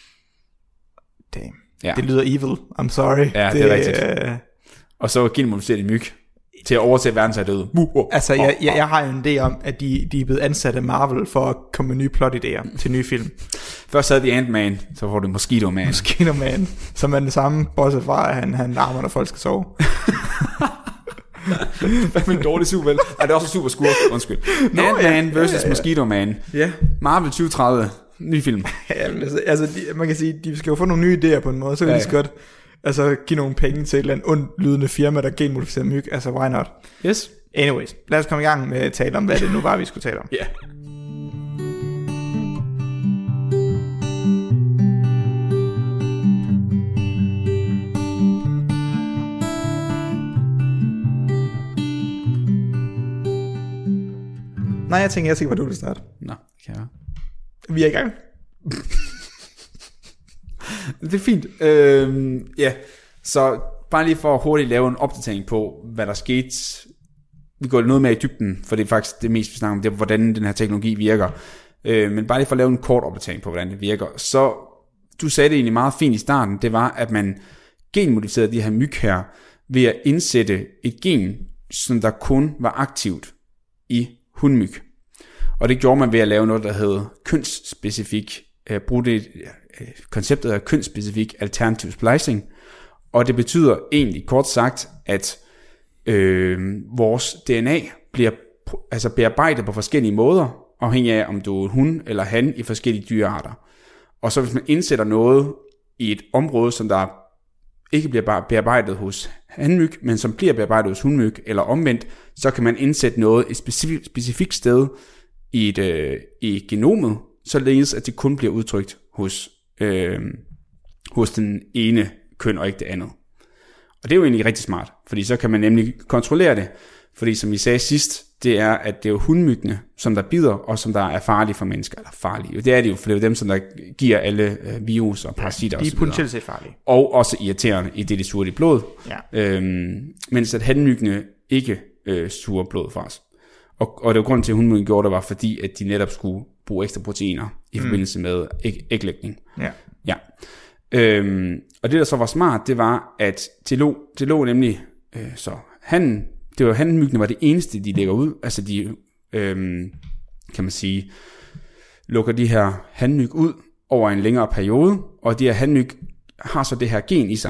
Damn. Ja. Det lyder evil. I'm sorry. Ja, det er rigtigt. Øh, Og så genmodificeret i myg til at overtage verdensherredøde. altså, jeg, jeg, jeg har jo en idé om, at de, de er blevet ansat af Marvel for at komme med nye plot-idéer til nye film. Først havde de Ant-Man, så får du Mosquito Man. Mosquito Man, som er den samme, bortset fra, at han, han larmer, når folk skal sove. Hvad med en dårlig superhelt? Ej, det er også en super skurk, undskyld. Ant-Man versus ja, ja. Mosquito Man. Ja. Marvel tyve tredive, ny film. Ja, men altså, altså de, man kan sige, de skal jo få nogle nye idéer på en måde, så kan Ja, ja, de ja. godt altså, give nogle penge til et eller andet ondt lydende firma, der genmodificerer myg. Altså, why not? Yes. Anyways, lad os komme i gang med at tale om, hvad det nu var, vi skulle tale om. Ja. Yeah. Nej, jeg tænker, jeg tænker, hvor du vil starte. Nå, det kan jeg. Vi er i gang. Det er fint. Øhm, ja, så bare lige for at hurtigt lave en opdatering på, hvad der skete. Vi går noget mere i dybden, for det er faktisk det mest, vi snakker om, det er, hvordan den her teknologi virker. Øh, men bare lige for at lave en kort opdatering på, hvordan det virker. Så du sagde det egentlig meget fint i starten, det var, at man genmodificerede de her myg her, ved at indsætte et gen, som der kun var aktivt i hundmyg. Og det gjorde man ved at lave noget, der hedder kønsspecifik, øh, bruge det øh, konceptet af kønsspecifik alternative splicing, og det betyder egentlig kort sagt, at øh, vores D N A bliver altså bearbejdet på forskellige måder, afhængig af om du er hun eller han i forskellige dyrearter. Og så hvis man indsætter noget i et område, som der ikke bliver bearbejdet hos hanmyg, men som bliver bearbejdet hos hunmyg, eller omvendt, så kan man indsætte noget et specifikt, specifikt sted i, et, øh, i genomet, således at det kun bliver udtrykt hos, øh, hos den ene køn og ikke det andet. Og det er jo egentlig rigtig smart, fordi så kan man nemlig kontrollere det. Fordi som vi sagde sidst, det er, at det er jo hundmyggene, som der bider, og som der er farlige for mennesker. Eller farlige. Det er det jo, for det er jo dem, som der giver alle øh, virus og parasitter. Ja, de er og potentielt set farlige. Og også irriterende i det, de suger i blod. Ja. Øhm, mens at hanmyggene ikke øh, suger blod fra os. Og, og det var grunden til, at hundmyggen gjorde det, var fordi, at de netop skulle bruge ekstra proteiner i mm. forbindelse med æg- æglægning. Ja. Ja. Øhm, og det, der så var smart, det var, at det lå, det lå nemlig, øh, så han, det var hanmyggene var det eneste, de lægger ud. Altså de, øhm, kan man sige, lukker de her hanmyg ud over en længere periode, og de her hanmyg har så det her gen i sig,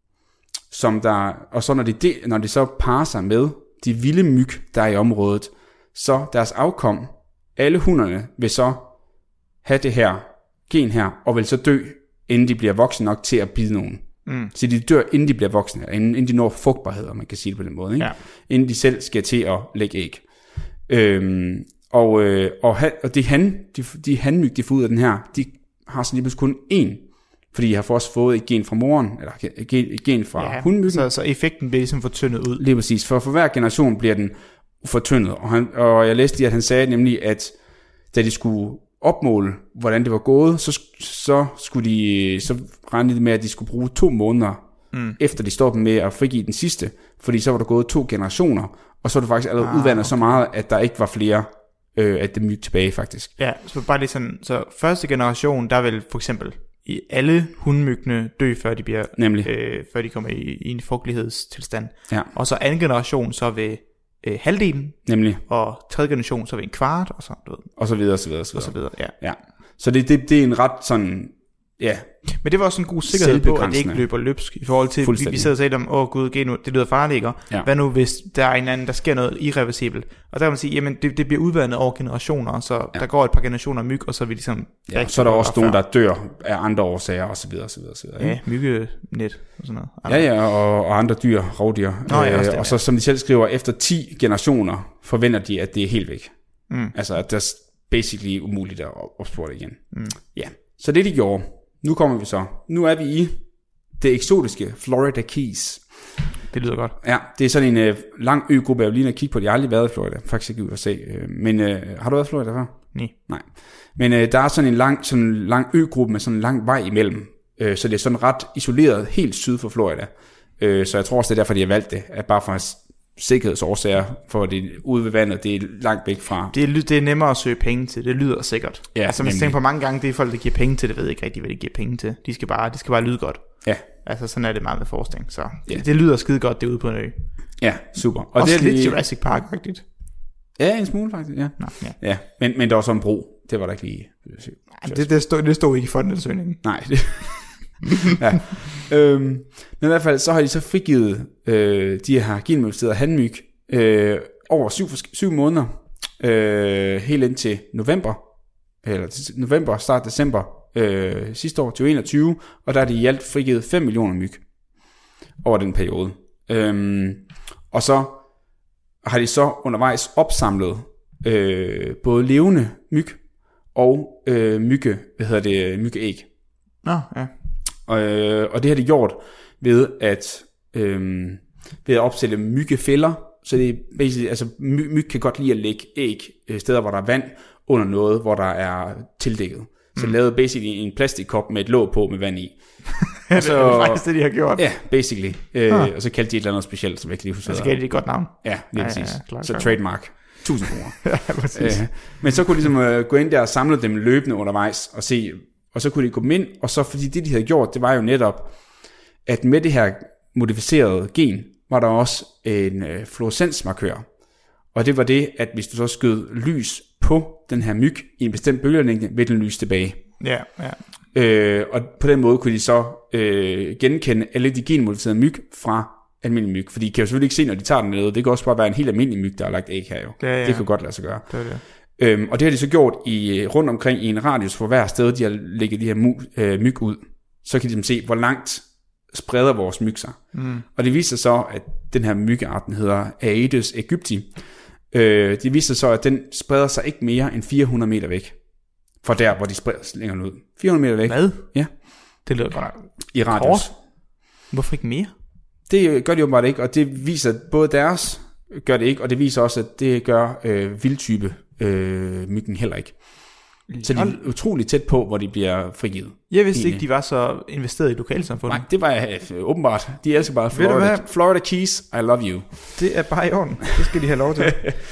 som der, og så når de, de, når de så parer sig med de vilde myg, der er i området, så deres afkom, alle hunderne, vil så have det her gen her, og vil så dø, inden de bliver voksne nok til at bide nogen. Mm. Så de dør, inden de bliver voksne, inden, inden de når frugtbarhed, om man kan sige det på den måde, ikke? Ja. Inden de selv skal til at lægge æg. Øhm, og, øh, og, han, og de, han, de, de hanmyg, de får ud af den her, de har så lige pludselig kun én, fordi de har også fået et gen fra moren, eller et gen fra ja, hundmyggen. Så, så effekten bliver ligesom fortyndet ud. Lige præcis, for for hver generation bliver den fortyndet. Og, han, og jeg læste, at han sagde nemlig, at da de skulle opmåle, hvordan det var gået, så, så skulle de så regne det med, at de skulle bruge to måneder, mm. efter de stoppede med at frigive den sidste, fordi så var der gået to generationer, og så var det faktisk allerede ah, udvandet okay. så meget, at der ikke var flere øh, af dem myg tilbage faktisk. Ja, så bare lige sådan, så første generation, der vil for eksempel i alle hundmyggene dø, før de bliver, nemlig. Øh, før de kommer i, i en fugtighedstilstand. Ja. Og så anden generation, så vil øh, halvdelen, nemlig. Og tredje generation, så ved en kvart, og så, du ved. Og så videre, og så videre, og så videre. Og så videre, ja. ja. Så det, det, det er en ret sådan, ja. Men det var også en god sikkerhed på, at det ikke løber løbsk, i forhold til, vi, vi sidder og siger dem, åh gud, genu, det lyder farligt, ja. Hvad nu, hvis der er en anden, der sker noget irreversibelt? Og der kan man sige, jamen, det, det bliver udvandet over generationer, så ja. Der går et par generationer myg, og så vil ligesom... Ja, så er der også nogen, der dør af andre årsager, og så videre, og så videre, og så videre. Ja, myggenet og sådan noget. Ja, ja, og, og andre dyr, rovdyr. Nå, ja, også det, øh, og så, som de selv skriver, efter ti generationer forventer de, at det er helt væk. Mm. Altså, at det er basically umuligt at opspore det igen. Mm. Ja, så det de gjorde. Nu kommer vi så. Nu er vi i det eksotiske Florida Keys. Det lyder godt. Ja, det er sådan en uh, lang øgruppe. Jeg vil lige at kigge på det. Jeg har aldrig været i Florida. Faktisk ikke i U S A. Uh, men uh, har du været i Florida før? Nej. Nej. Men uh, der er sådan en lang, sådan lang øgruppe med sådan en lang vej imellem. Uh, så det er sådan ret isoleret helt syd for Florida. Uh, så jeg tror også, det er derfor, de har valgt det. At bare for sikkerhedsårsager, for det ude ved vandet, det er langt væk fra. Det er, det er nemmere at søge penge til, det lyder sikkert. Ja, altså man tænker på mange gange, det er folk, der giver penge til, det ved ikke rigtig, hvad de giver penge til. De skal bare, de skal bare lyde godt. Ja. Altså sådan er det meget med forskning, så ja. det, det lyder skide godt, det er ude på en ø. Ja, super. Og også det er lidt lige... Jurassic Park-agtigt. Ja, en smule faktisk, ja. Nå, ja. ja. Men, men der var så en bro, det var der ikke lige. Nej, det, det, stod, det stod ikke i fondansøgningen. Nej, det... ja. øhm, men i hvert fald, så har de så frigivet øh, de her genmodificerede hanmyg øh, over syv, syv måneder, øh, helt indtil november, eller november, start december øh, sidste år, tyve enogtyve, og der er de i alt frigivet fem millioner myg over den periode. Øhm, og så har de så undervejs opsamlet øh, både levende myg og øh, mygge, hvad hedder det, myggeæg. Nå, ja. Og, øh, og det har de gjort ved at øh, ved at opsætte myggefælder. Så det er basically, altså my, myg kan godt lide at lægge æg øh, steder, hvor der er vand, under noget, hvor der er tildækket. Så mm. lavede basically en plastikkop med et låg på med vand i. Og så, det er faktisk det, de har gjort. Ja, basically. Øh, ah. Og så kaldte de et eller andet specielt, som jeg ikke lige husker. Og så gav de et godt navn. Ja, lige præcis. Ja, ja, klar, så klar. trademark. Tusind kroner. Ja, præcis. Øh, men så kunne de ligesom øh, gå ind der og samle dem løbende undervejs og se, og så kunne de gå dem ind, og så fordi det de havde gjort, det var jo netop, at med det her modificerede gen, var der også en øh, fluorescensmarkør. Og det var det, at hvis du så skød lys på den her myg i en bestemt bølgelængde, vil den lyse tilbage. Ja, ja. Øh, og på den måde kunne de så øh, genkende alle de genmodificerede myg fra almindelige myg. For de kan jo selvfølgelig ikke se, når de tager den ned. Det kan også bare være en helt almindelig myg, der har lagt æg her jo. Ja, ja. Det kan godt lade sig gøre. Det er det. Øhm, og det har de så gjort i, rundt omkring i en radius for hver sted, de har lægget de her mu, øh, myg ud. Så kan de se, hvor langt spreder vores myg sig. Mm. Og det viser så, at den her myggeart, den hedder Aedes aegypti. Øh, det viser så, at den spreder sig ikke mere end fire hundrede meter væk. Fra der, hvor de spreder sig længere ud. fire hundrede meter væk. Hvad? Ja. Det lyder godt. I radius. Hvorfor ikke mere? Det gør de åbenbart ikke, og det viser både deres gør det ikke, og det viser også, at det gør øh, vildtype øh, myggen heller ikke. Så de er utroligt tæt på, hvor de bliver frigivet. Jeg vidste egentlig ikke, de var så investeret i lokalsamfundet. Nej, det var øh, åbenbart. De elsker bare Florida, Florida Keys, I love you. Det er bare i orden. Det skal de have lov til.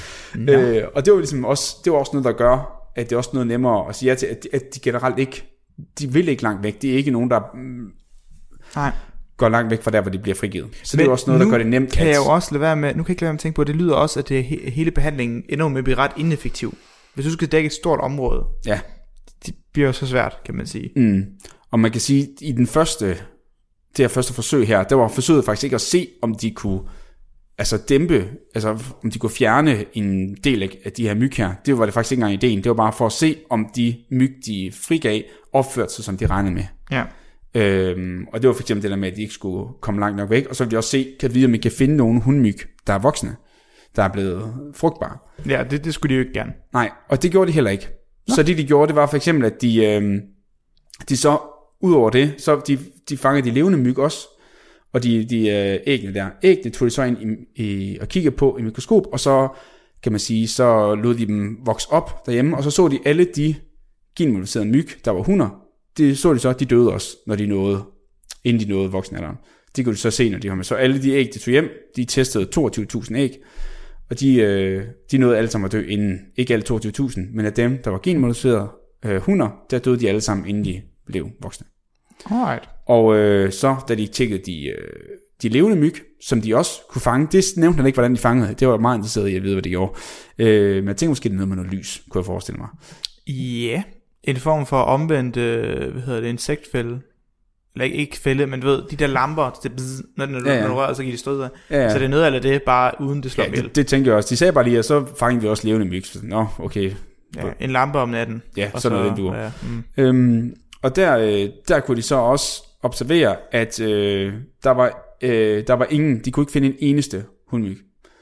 øh, og det var ligesom også, det var også noget, der gør, at det er også noget nemmere at sige ja til, at de, at de generelt ikke, de vil ikke langt væk. Det er ikke nogen, der mm, Nej. går langt væk fra der, hvor de bliver frigivet. Så men det er også noget, der gør det nemt. Kan at, jeg jo også lade være med, nu kan jeg ikke lade være med at tænke på, at det lyder også, at det he, hele behandlingen ender med at blive ret ineffektiv. Hvis du skal dække et stort område, ja. Det bliver jo så svært, kan man sige. Mm. Og man kan sige, i den første, det her første forsøg her, der var forsøget faktisk ikke at se, om de kunne altså dæmpe, altså om de kunne fjerne en del af de her myg her. Det var det faktisk ikke engang ideen. Det var bare for at se, om de myg, de frigav, opførte sig, som de regnede med. Ja. Øhm, og det var for eksempel det der med, at de ikke skulle komme langt nok væk. Og så vil de også se, kan vide, om vi kan finde nogle hundmyg, der er voksne, der er blevet frugtbare. Ja, det, det skulle de jo ikke gerne. Nej, og det gjorde de heller ikke. Nå. Så det de gjorde, det var for eksempel, at de, øh, de så, ud over det, så de, de fangede de levende myg også, og de, de øh, æggene der, æggene tog de så ind i, i, og kiggede på i mikroskop, og så, kan man sige, så lod de dem vokse op derhjemme, og så så de alle de genmodificerede myg, der var hunder, det så de så, de døde også, når de nåede, inden de nåede voksenalderen. Det kunne de så se, når de var med. Så alle de æg, de tog hjem, de testede toogtyve tusind æg, og de, øh, de nåede alle sammen at dø inden, ikke alle toogtyve tusind, men af dem, der var genmodificerede øh, hunder, der døde de alle sammen, inden de blev voksne. Alright. Og øh, så, da de tjekkede de, øh, de levende myg, som de også kunne fange, det nævnte han ikke, hvordan de fangede. Det var meget interesseret i at vide, hvad de gjorde. Øh, men jeg tænker måske, det er noget med noget lys, kunne jeg forestille mig. Ja, yeah. En form for omvendt, øh, hvad hedder det, insektfælde. Eller ikke, ikke fælde, men du ved, de der lamper, det bzz, når, når, ja, ja. når du rører, så giver de stød af. Ja, ja. Så det er noget af det, bare uden det slår ja, det, det tænker jeg også. De sagde bare lige, at så fangede vi også levende myg. Så, nå, okay. Ja, en lampe om natten. Ja, og sådan så, noget, den duer. Ja, mm. øhm, og der, der kunne de så også observere, at øh, der, var, øh, der var ingen, de kunne ikke finde en eneste hundmyg.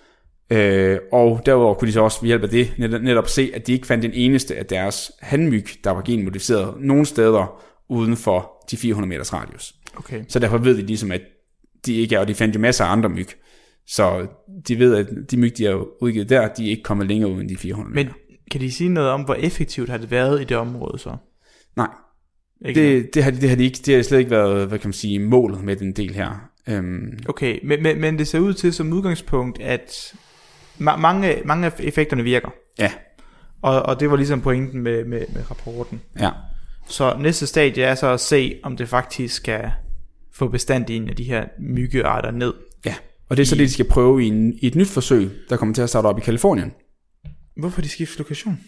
Øh, og derudover kunne de så også ved hjælp af det net, netop se, at de ikke fandt den eneste af deres hanmyg, der var genmodificeret nogen steder uden for de fire hundrede meters radius. Okay. Så derfor ved de ligesom, at de ikke er, og de fandt jo masser af andre myg. Så de ved, at de myg, de har udgivet der, de er ikke kommet længere uden de fire hundrede meter. Men kan de sige noget om, hvor effektivt har det været i det område så? Nej, det, det, har de, det har de ikke. Det har slet ikke været, hvad kan man sige, målet med den del her. Um, okay, men, men, men det ser ud til som udgangspunkt, at ma- mange, mange af effekterne virker. Ja. Og, og det var ligesom pointen med, med, med rapporten. Ja. Så næste stadie er så at se, om det faktisk skal få bestanddelen af de her myggearter ned. Ja, og det er så det, de skal prøve i, en, i et nyt forsøg, der kommer til at starte op i Kalifornien. Hvorfor de skifter lokation?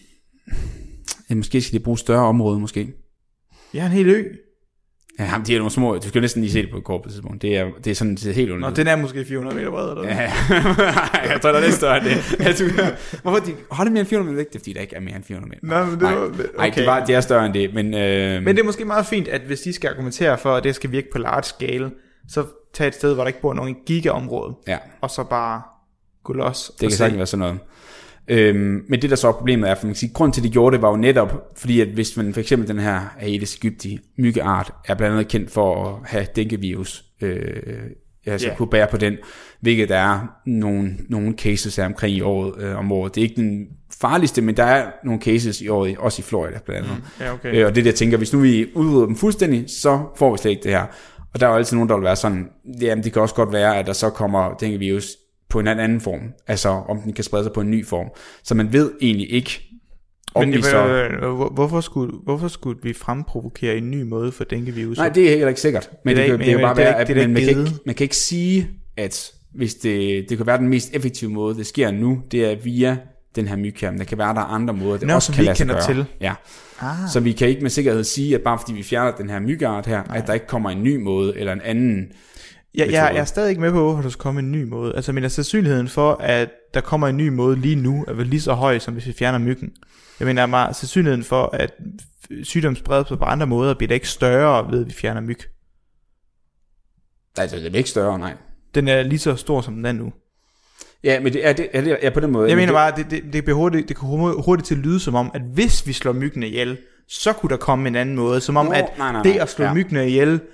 Ja, måske skal de bruge større område, måske. Jeg har en hel ø. Ja, de er nogle små. Du skal næsten lige se det på et kort på tidspunkt. Det er, det er sådan det er helt underligt. Nå, den er måske fire hundrede meter bred, eller ja, jeg tror, der er lidt større end det. Jeg tror, hvorfor de holder mere end fire hundrede meter væk? Det er fordi, der ikke er mere end fire hundrede meter. Nå, men det Nej, var, okay. Nej det, var, det er større end det. Men, øh... men det er måske meget fint, at hvis de skal argumentere for, at det skal virke på large scale, så tag et sted, hvor der ikke bor nogen gigaområde, ja. Og så bare gå los. Det kan sagtens være sådan noget. Øhm, men det der så er problemet er, for man kan sige, grund til at de gjorde det var jo netop, fordi at hvis man for eksempel den her Aedes aegypti myggeart er blandt andet kendt for at have dengue-virus, øh, altså yeah. kunne bære på den, hvilket der er nogle, nogle cases her omkring i året, øh, om året. Det er ikke den farligste, men der er nogle cases i året, også i Florida blandt andet. Mm, ja, okay. øh, og det der tænker, hvis nu vi udrydder dem fuldstændig, så får vi slet ikke det her. Og der er jo altid nogen, der vil være sådan, jamen det kan også godt være, at der så kommer dengue-virus på en anden form, altså om den kan sprede sig på en ny form. Så man ved egentlig ikke, om men, vi så... Hvorfor skulle, hvorfor skulle vi fremprovokere en ny måde for dengue-virus? Nej, det er heller ikke sikkert. Men det, det, det, det kan jo bare være, at man, man, kan ikke, man kan ikke sige, at hvis det, det kan være den mest effektive måde, det sker nu, det er via den her myg her. Men der kan være, der er andre måder, det Nå, også kan lade sig gøre. Til. Ja. Ah. Så vi kan ikke med sikkerhed sige, at bare fordi vi fjerner den her myggeart her, Nej. at der ikke kommer en ny måde, eller en anden... Ja, jeg, jeg er stadig ikke med på, hvorfor der skal komme en ny måde. Altså, men sandsynligheden for, at der kommer en ny måde lige nu, er vel lige så høj, som hvis vi fjerner myggen. Jeg mener, meget sandsynligheden for, at sygdom spreder sig på andre måder, bliver det ikke større ved, at vi fjerner myg. Nej, det er ikke større, nej. Den er lige så stor, som den er nu. Ja, men det er, det, er, det er på den måde. Jeg mener det, bare, det, det, det, bliver hurtigt, det kan hurtigt til at lyde som om, at hvis vi slår myggene ihjel, så kunne der komme en anden måde. Som om, Nå, at nej, nej, nej. det at slå ja. myggene ihjel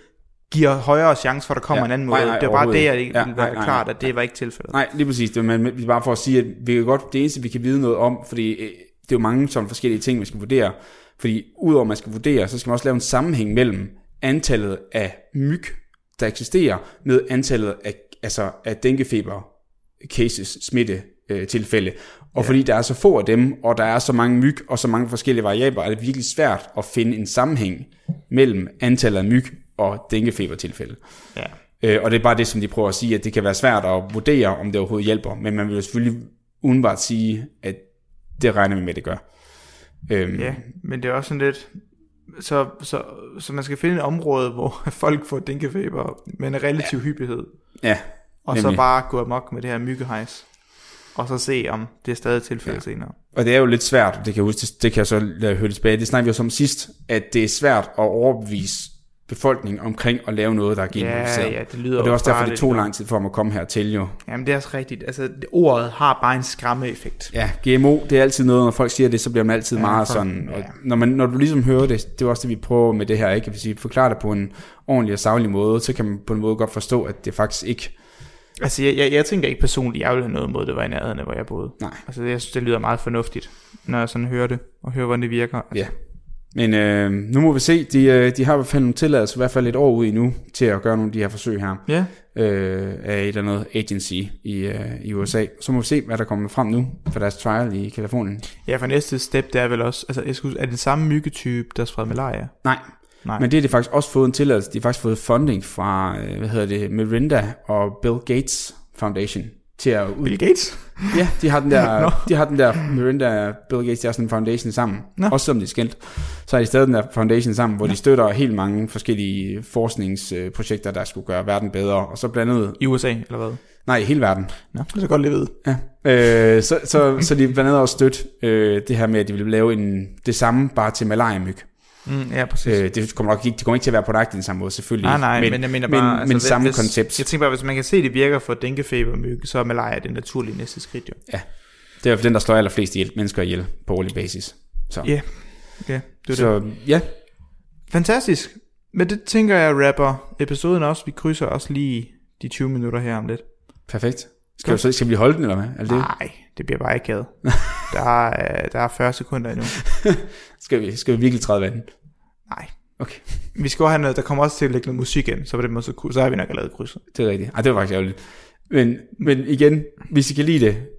giver højere chance for, at der kommer Ja, en anden måde. nej, nej, Det var bare det, jeg overhovedet ikke ikke. ville Ja, være nej, nej, klart, nej. at det var ikke tilfældet. Nej, lige præcis. Det er, men, bare for at sige, at vi kan godt, det eneste, vi kan vide noget om, fordi øh, det er jo mange sådan forskellige ting, man skal vurdere. Fordi udover at man skal vurdere, så skal man også lave en sammenhæng mellem antallet af myg, der eksisterer, med antallet af, altså, af denguefeber cases, smitte øh, tilfælde. Og ja. Fordi der er så få af dem, og der er så mange myg og så mange forskellige variabler, er det virkelig svært at finde en sammenhæng mellem antallet af myg og denguefeber-tilfælde. Ja. Øh, og det er bare det, som de prøver at sige, at det kan være svært at vurdere, om det overhovedet hjælper, men man vil jo selvfølgelig udenbart sige, at det regner vi med, det gør. Øhm, Ja, men det er også sådan lidt... Så, så, så man skal finde et område, hvor folk får denguefeber med en relativ ja. hyppighed. Ja, og nemlig. så bare gå amok med det her myggehejs. Og så se, om det er stadig tilfældet ja. senere. Og det er jo lidt svært, det kan jeg huske, det, det kan jeg så lade høre tilbage, det snakker vi jo som sidst, at det er svært at overbevise befolkningen omkring at lave noget, der er genmodificeret. Ja, ja, det lyder og det er også derfor, farligt. det tog lang tid for mig at komme hertil jo. Jamen det er også rigtigt. Altså det, ordet har bare en skræmmeeffekt. Ja, G M O, det er altid noget, når folk siger det, så bliver man altid ja, meget for, sådan. Og ja. når, man, når du ligesom hører det, det er også det, vi prøver med det her, ikke? Hvis vi forklarer det på en ordentlig og saglig måde, så kan man på en måde godt forstå, at det faktisk ikke... Altså jeg, jeg, jeg tænker ikke personligt, jeg ville have noget mod det var i nærheden af, hvor jeg boede. Nej. Altså jeg synes, det lyder meget fornuftigt, når jeg sådan hører det, og hører, hvordan det virker. Altså. Ja. Men øh, nu må vi se, de, øh, de har i hvert fald nogle tilladelser, i hvert fald et år ud endnu, til at gøre nogle af de her forsøg her. Ja. Øh, af et eller andet agency i, øh, i U S A. Så må vi se, hvad der kommer frem nu for deres trial i Kalifornien. Ja, for næste step, det er vel også, altså jeg skulle, er det den samme myggetype, der spreder malaria? Nej. Nej. Men det har de faktisk også fået en tilladelse. De har faktisk fået funding fra, øh, hvad hedder det, Melinda og Bill Gates Foundation. Til at ud... Bill Gates? Ja, de har den der, no. de har den der Melinda og Bill Gates, de har sådan en foundation sammen. No. Også som de er skilt. Så har de stadig den der foundation sammen, hvor no. de støtter helt mange forskellige forskningsprojekter, der skulle gøre verden bedre. Og så blandt andet... I U S A, eller hvad? Nej, i hele verden. Nå, det er så godt lige ved. Ja. Øh, så, så, så de blandt andet også støtte øh, det her med, at de vil lave en, det samme bare til malaria-myg. Mm, ja, præcis. Øh, det kommer nok ikke, det kommer ikke til at være på nøjagtig den samme måde, selvfølgelig. Nej, nej, men, men jeg mener bare... Men, altså, men samme hvis, koncept. Jeg tænker bare, hvis man kan se, at det virker for denguefebermyg, så er malaria det naturlige næste skridt, jo. Ja, det er jo den, der slår allerflest ihjel, mennesker ihjel på årlig basis. Så. Ja, ja, det er så, det. Ja. Fantastisk. Men det tænker jeg rapper episoden også. Vi krydser også lige de tyve minutter her om lidt. Perfekt. Skal, vi, så, skal vi holde den, eller hvad? Er det Nej, det bliver bare ikke hadet. der, er, der er fyrre sekunder endnu. skal, vi, skal vi virkelig træde vandet? Nej. Okay. Vi skal have noget, der kommer også til at lægge noget musik ind, så på den måde, så, så har vi nok lavet krydset. Det er rigtigt. Ej, det var faktisk ærgerligt. Men, men igen, hvis I kan lide det,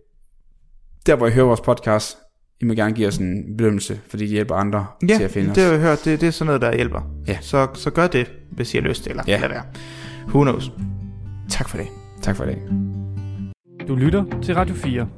der hvor I hører vores podcast, I må gerne give os en bedømmelse, fordi de hjælper andre ja, til at finde os. Ja, det har jeg hørt. Det, det er sådan noget, der hjælper. Ja. Så, så gør det, hvis I har lyst, eller ja. lad være. Who knows. Tak for det. Tak for det. Du lytter til Radio fire.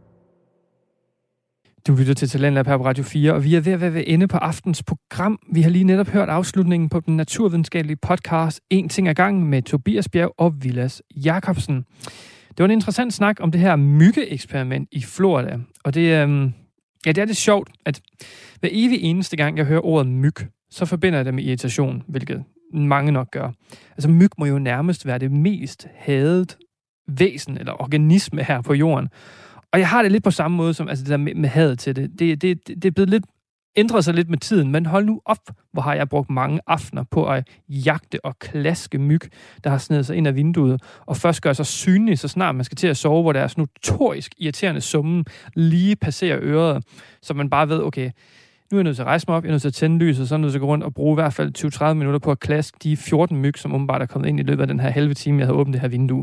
Du lytter til Talentlab her på Radio fire, og vi er ved at være ved ende på aftens program. Vi har lige netop hørt afslutningen på den naturvidenskabelige podcast En ting ad gangen med Tobias Bjerg og Vilas Jacobsen. Det var en interessant snak om det her myggeeksperiment i Florida. Og det, øhm, ja, det er lidt sjovt, at hver evig eneste gang, jeg hører ordet myg, så forbinder jeg det med irritation, hvilket mange nok gør. Altså myg må jo nærmest være det mest hadet væsen eller organisme her på jorden. Og jeg har det lidt på samme måde som altså det der med, med hadet til det. Det, det. det er blevet lidt ændret sig lidt med tiden, men hold nu op, hvor har jeg brugt mange aftener på at jagte og klaske myg, der har snedet sig ind af vinduet, og først gør sig synlige, så snart man skal til at sove, hvor deres notorisk irriterende summen lige passerer øret, så man bare ved, okay, nu er jeg nødt til at rejse mig op, jeg er nødt til at tænde lyset, så er jeg nødt til at gå rundt og bruge i hvert fald tyve til tredive minutter på at klaske de fjorten myg, som åbenbart er kommet ind i løbet af den her halve time, jeg havde åbnet det her vindue.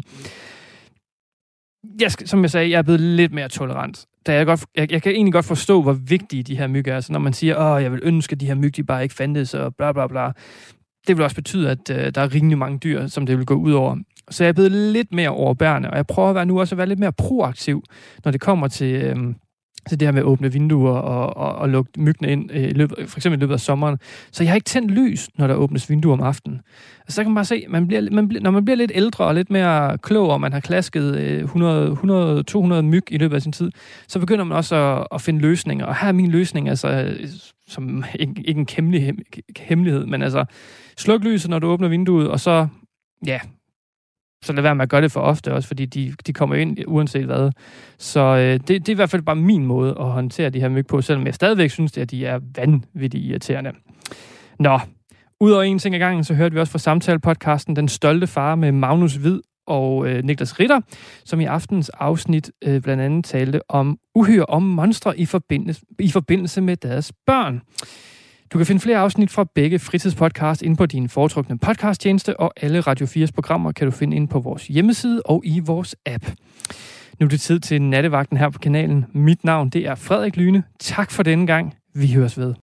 Jeg, som jeg sagde, jeg er blevet lidt mere tolerant. Da jeg, godt, jeg, jeg kan egentlig godt forstå, hvor vigtige de her myg er. Så når man siger, åh, jeg vil ønske, at de her myg, de bare ikke fandtes, og bla bla bla. Det vil også betyde, at øh, der er rimelig mange dyr, som det vil gå ud over. Så jeg er blevet lidt mere overbærende, og jeg prøver at være nu også at være lidt mere proaktiv, når det kommer til, øh, til det her med at åbne vinduer og, og, og lukke myggene ind, øh, løbet, for eksempel i løbet af sommeren. Så jeg har ikke tændt lys, når der åbnes vinduer om aftenen. Altså, så kan man bare se, man bliver, man bliver, når man bliver lidt ældre og lidt mere klog, og man har klasket øh, hundrede, hundrede til to hundrede myg i løbet af sin tid, så begynder man også at, at finde løsninger. Og her er min løsning, altså, som ikke, ikke en hemmelig, hemmelighed, men altså, sluk lyset, når du åbner vinduet, og så, ja, så lad være med at gøre det for ofte også, fordi de, de kommer ind uanset hvad. Så øh, det, det er i hvert fald bare min måde at håndtere de her myg på, selvom jeg stadigvæk synes, at de er vanvittigt irriterende. Nå, Udover en ting ad gangen, så hørte vi også fra samtale-podcasten Den Stolte Far med Magnus Hvid og øh, Niklas Ritter, som i aftens afsnit øh, blandt andet talte om uhyre om monstre i forbindelse, i forbindelse med deres børn. Du kan finde flere afsnit fra begge fritidspodcast inde på din foretrukne podcasttjeneste, og alle Radio fires programmer kan du finde inde på vores hjemmeside og i vores app. Nu er det tid til nattevagten her på kanalen. Mit navn, det er Frederik Lyne. Tak for denne gang. Vi høres ved.